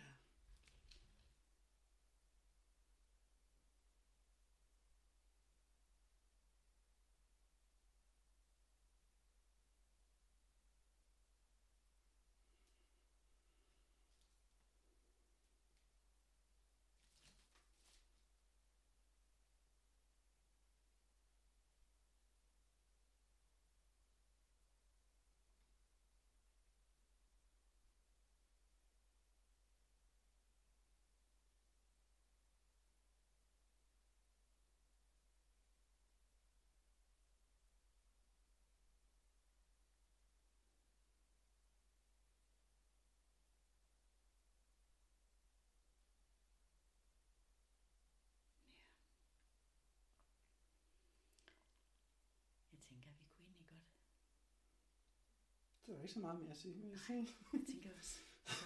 Jeg tænker, vi kunne egentlig godt. Der er ikke så meget mere at sige, vil jeg sige. Jeg tænker også.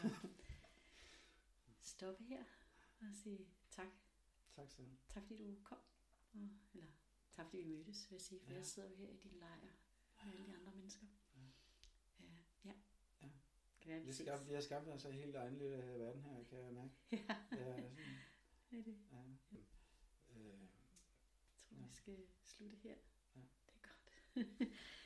Så stoppe her og sige tak. Tak selv. Tak fordi du kom. Eller tak fordi vi mødtes, vil jeg sige. For jeg sidder jo her i din lejr med alle de andre mennesker. Ja. Kan være, Vi har skabt altså helt egen lille verden her, kan jeg mærke. Ja. Ja, Er det? ja. Jeg tror, vi skal slutte her. Ja. Det er godt.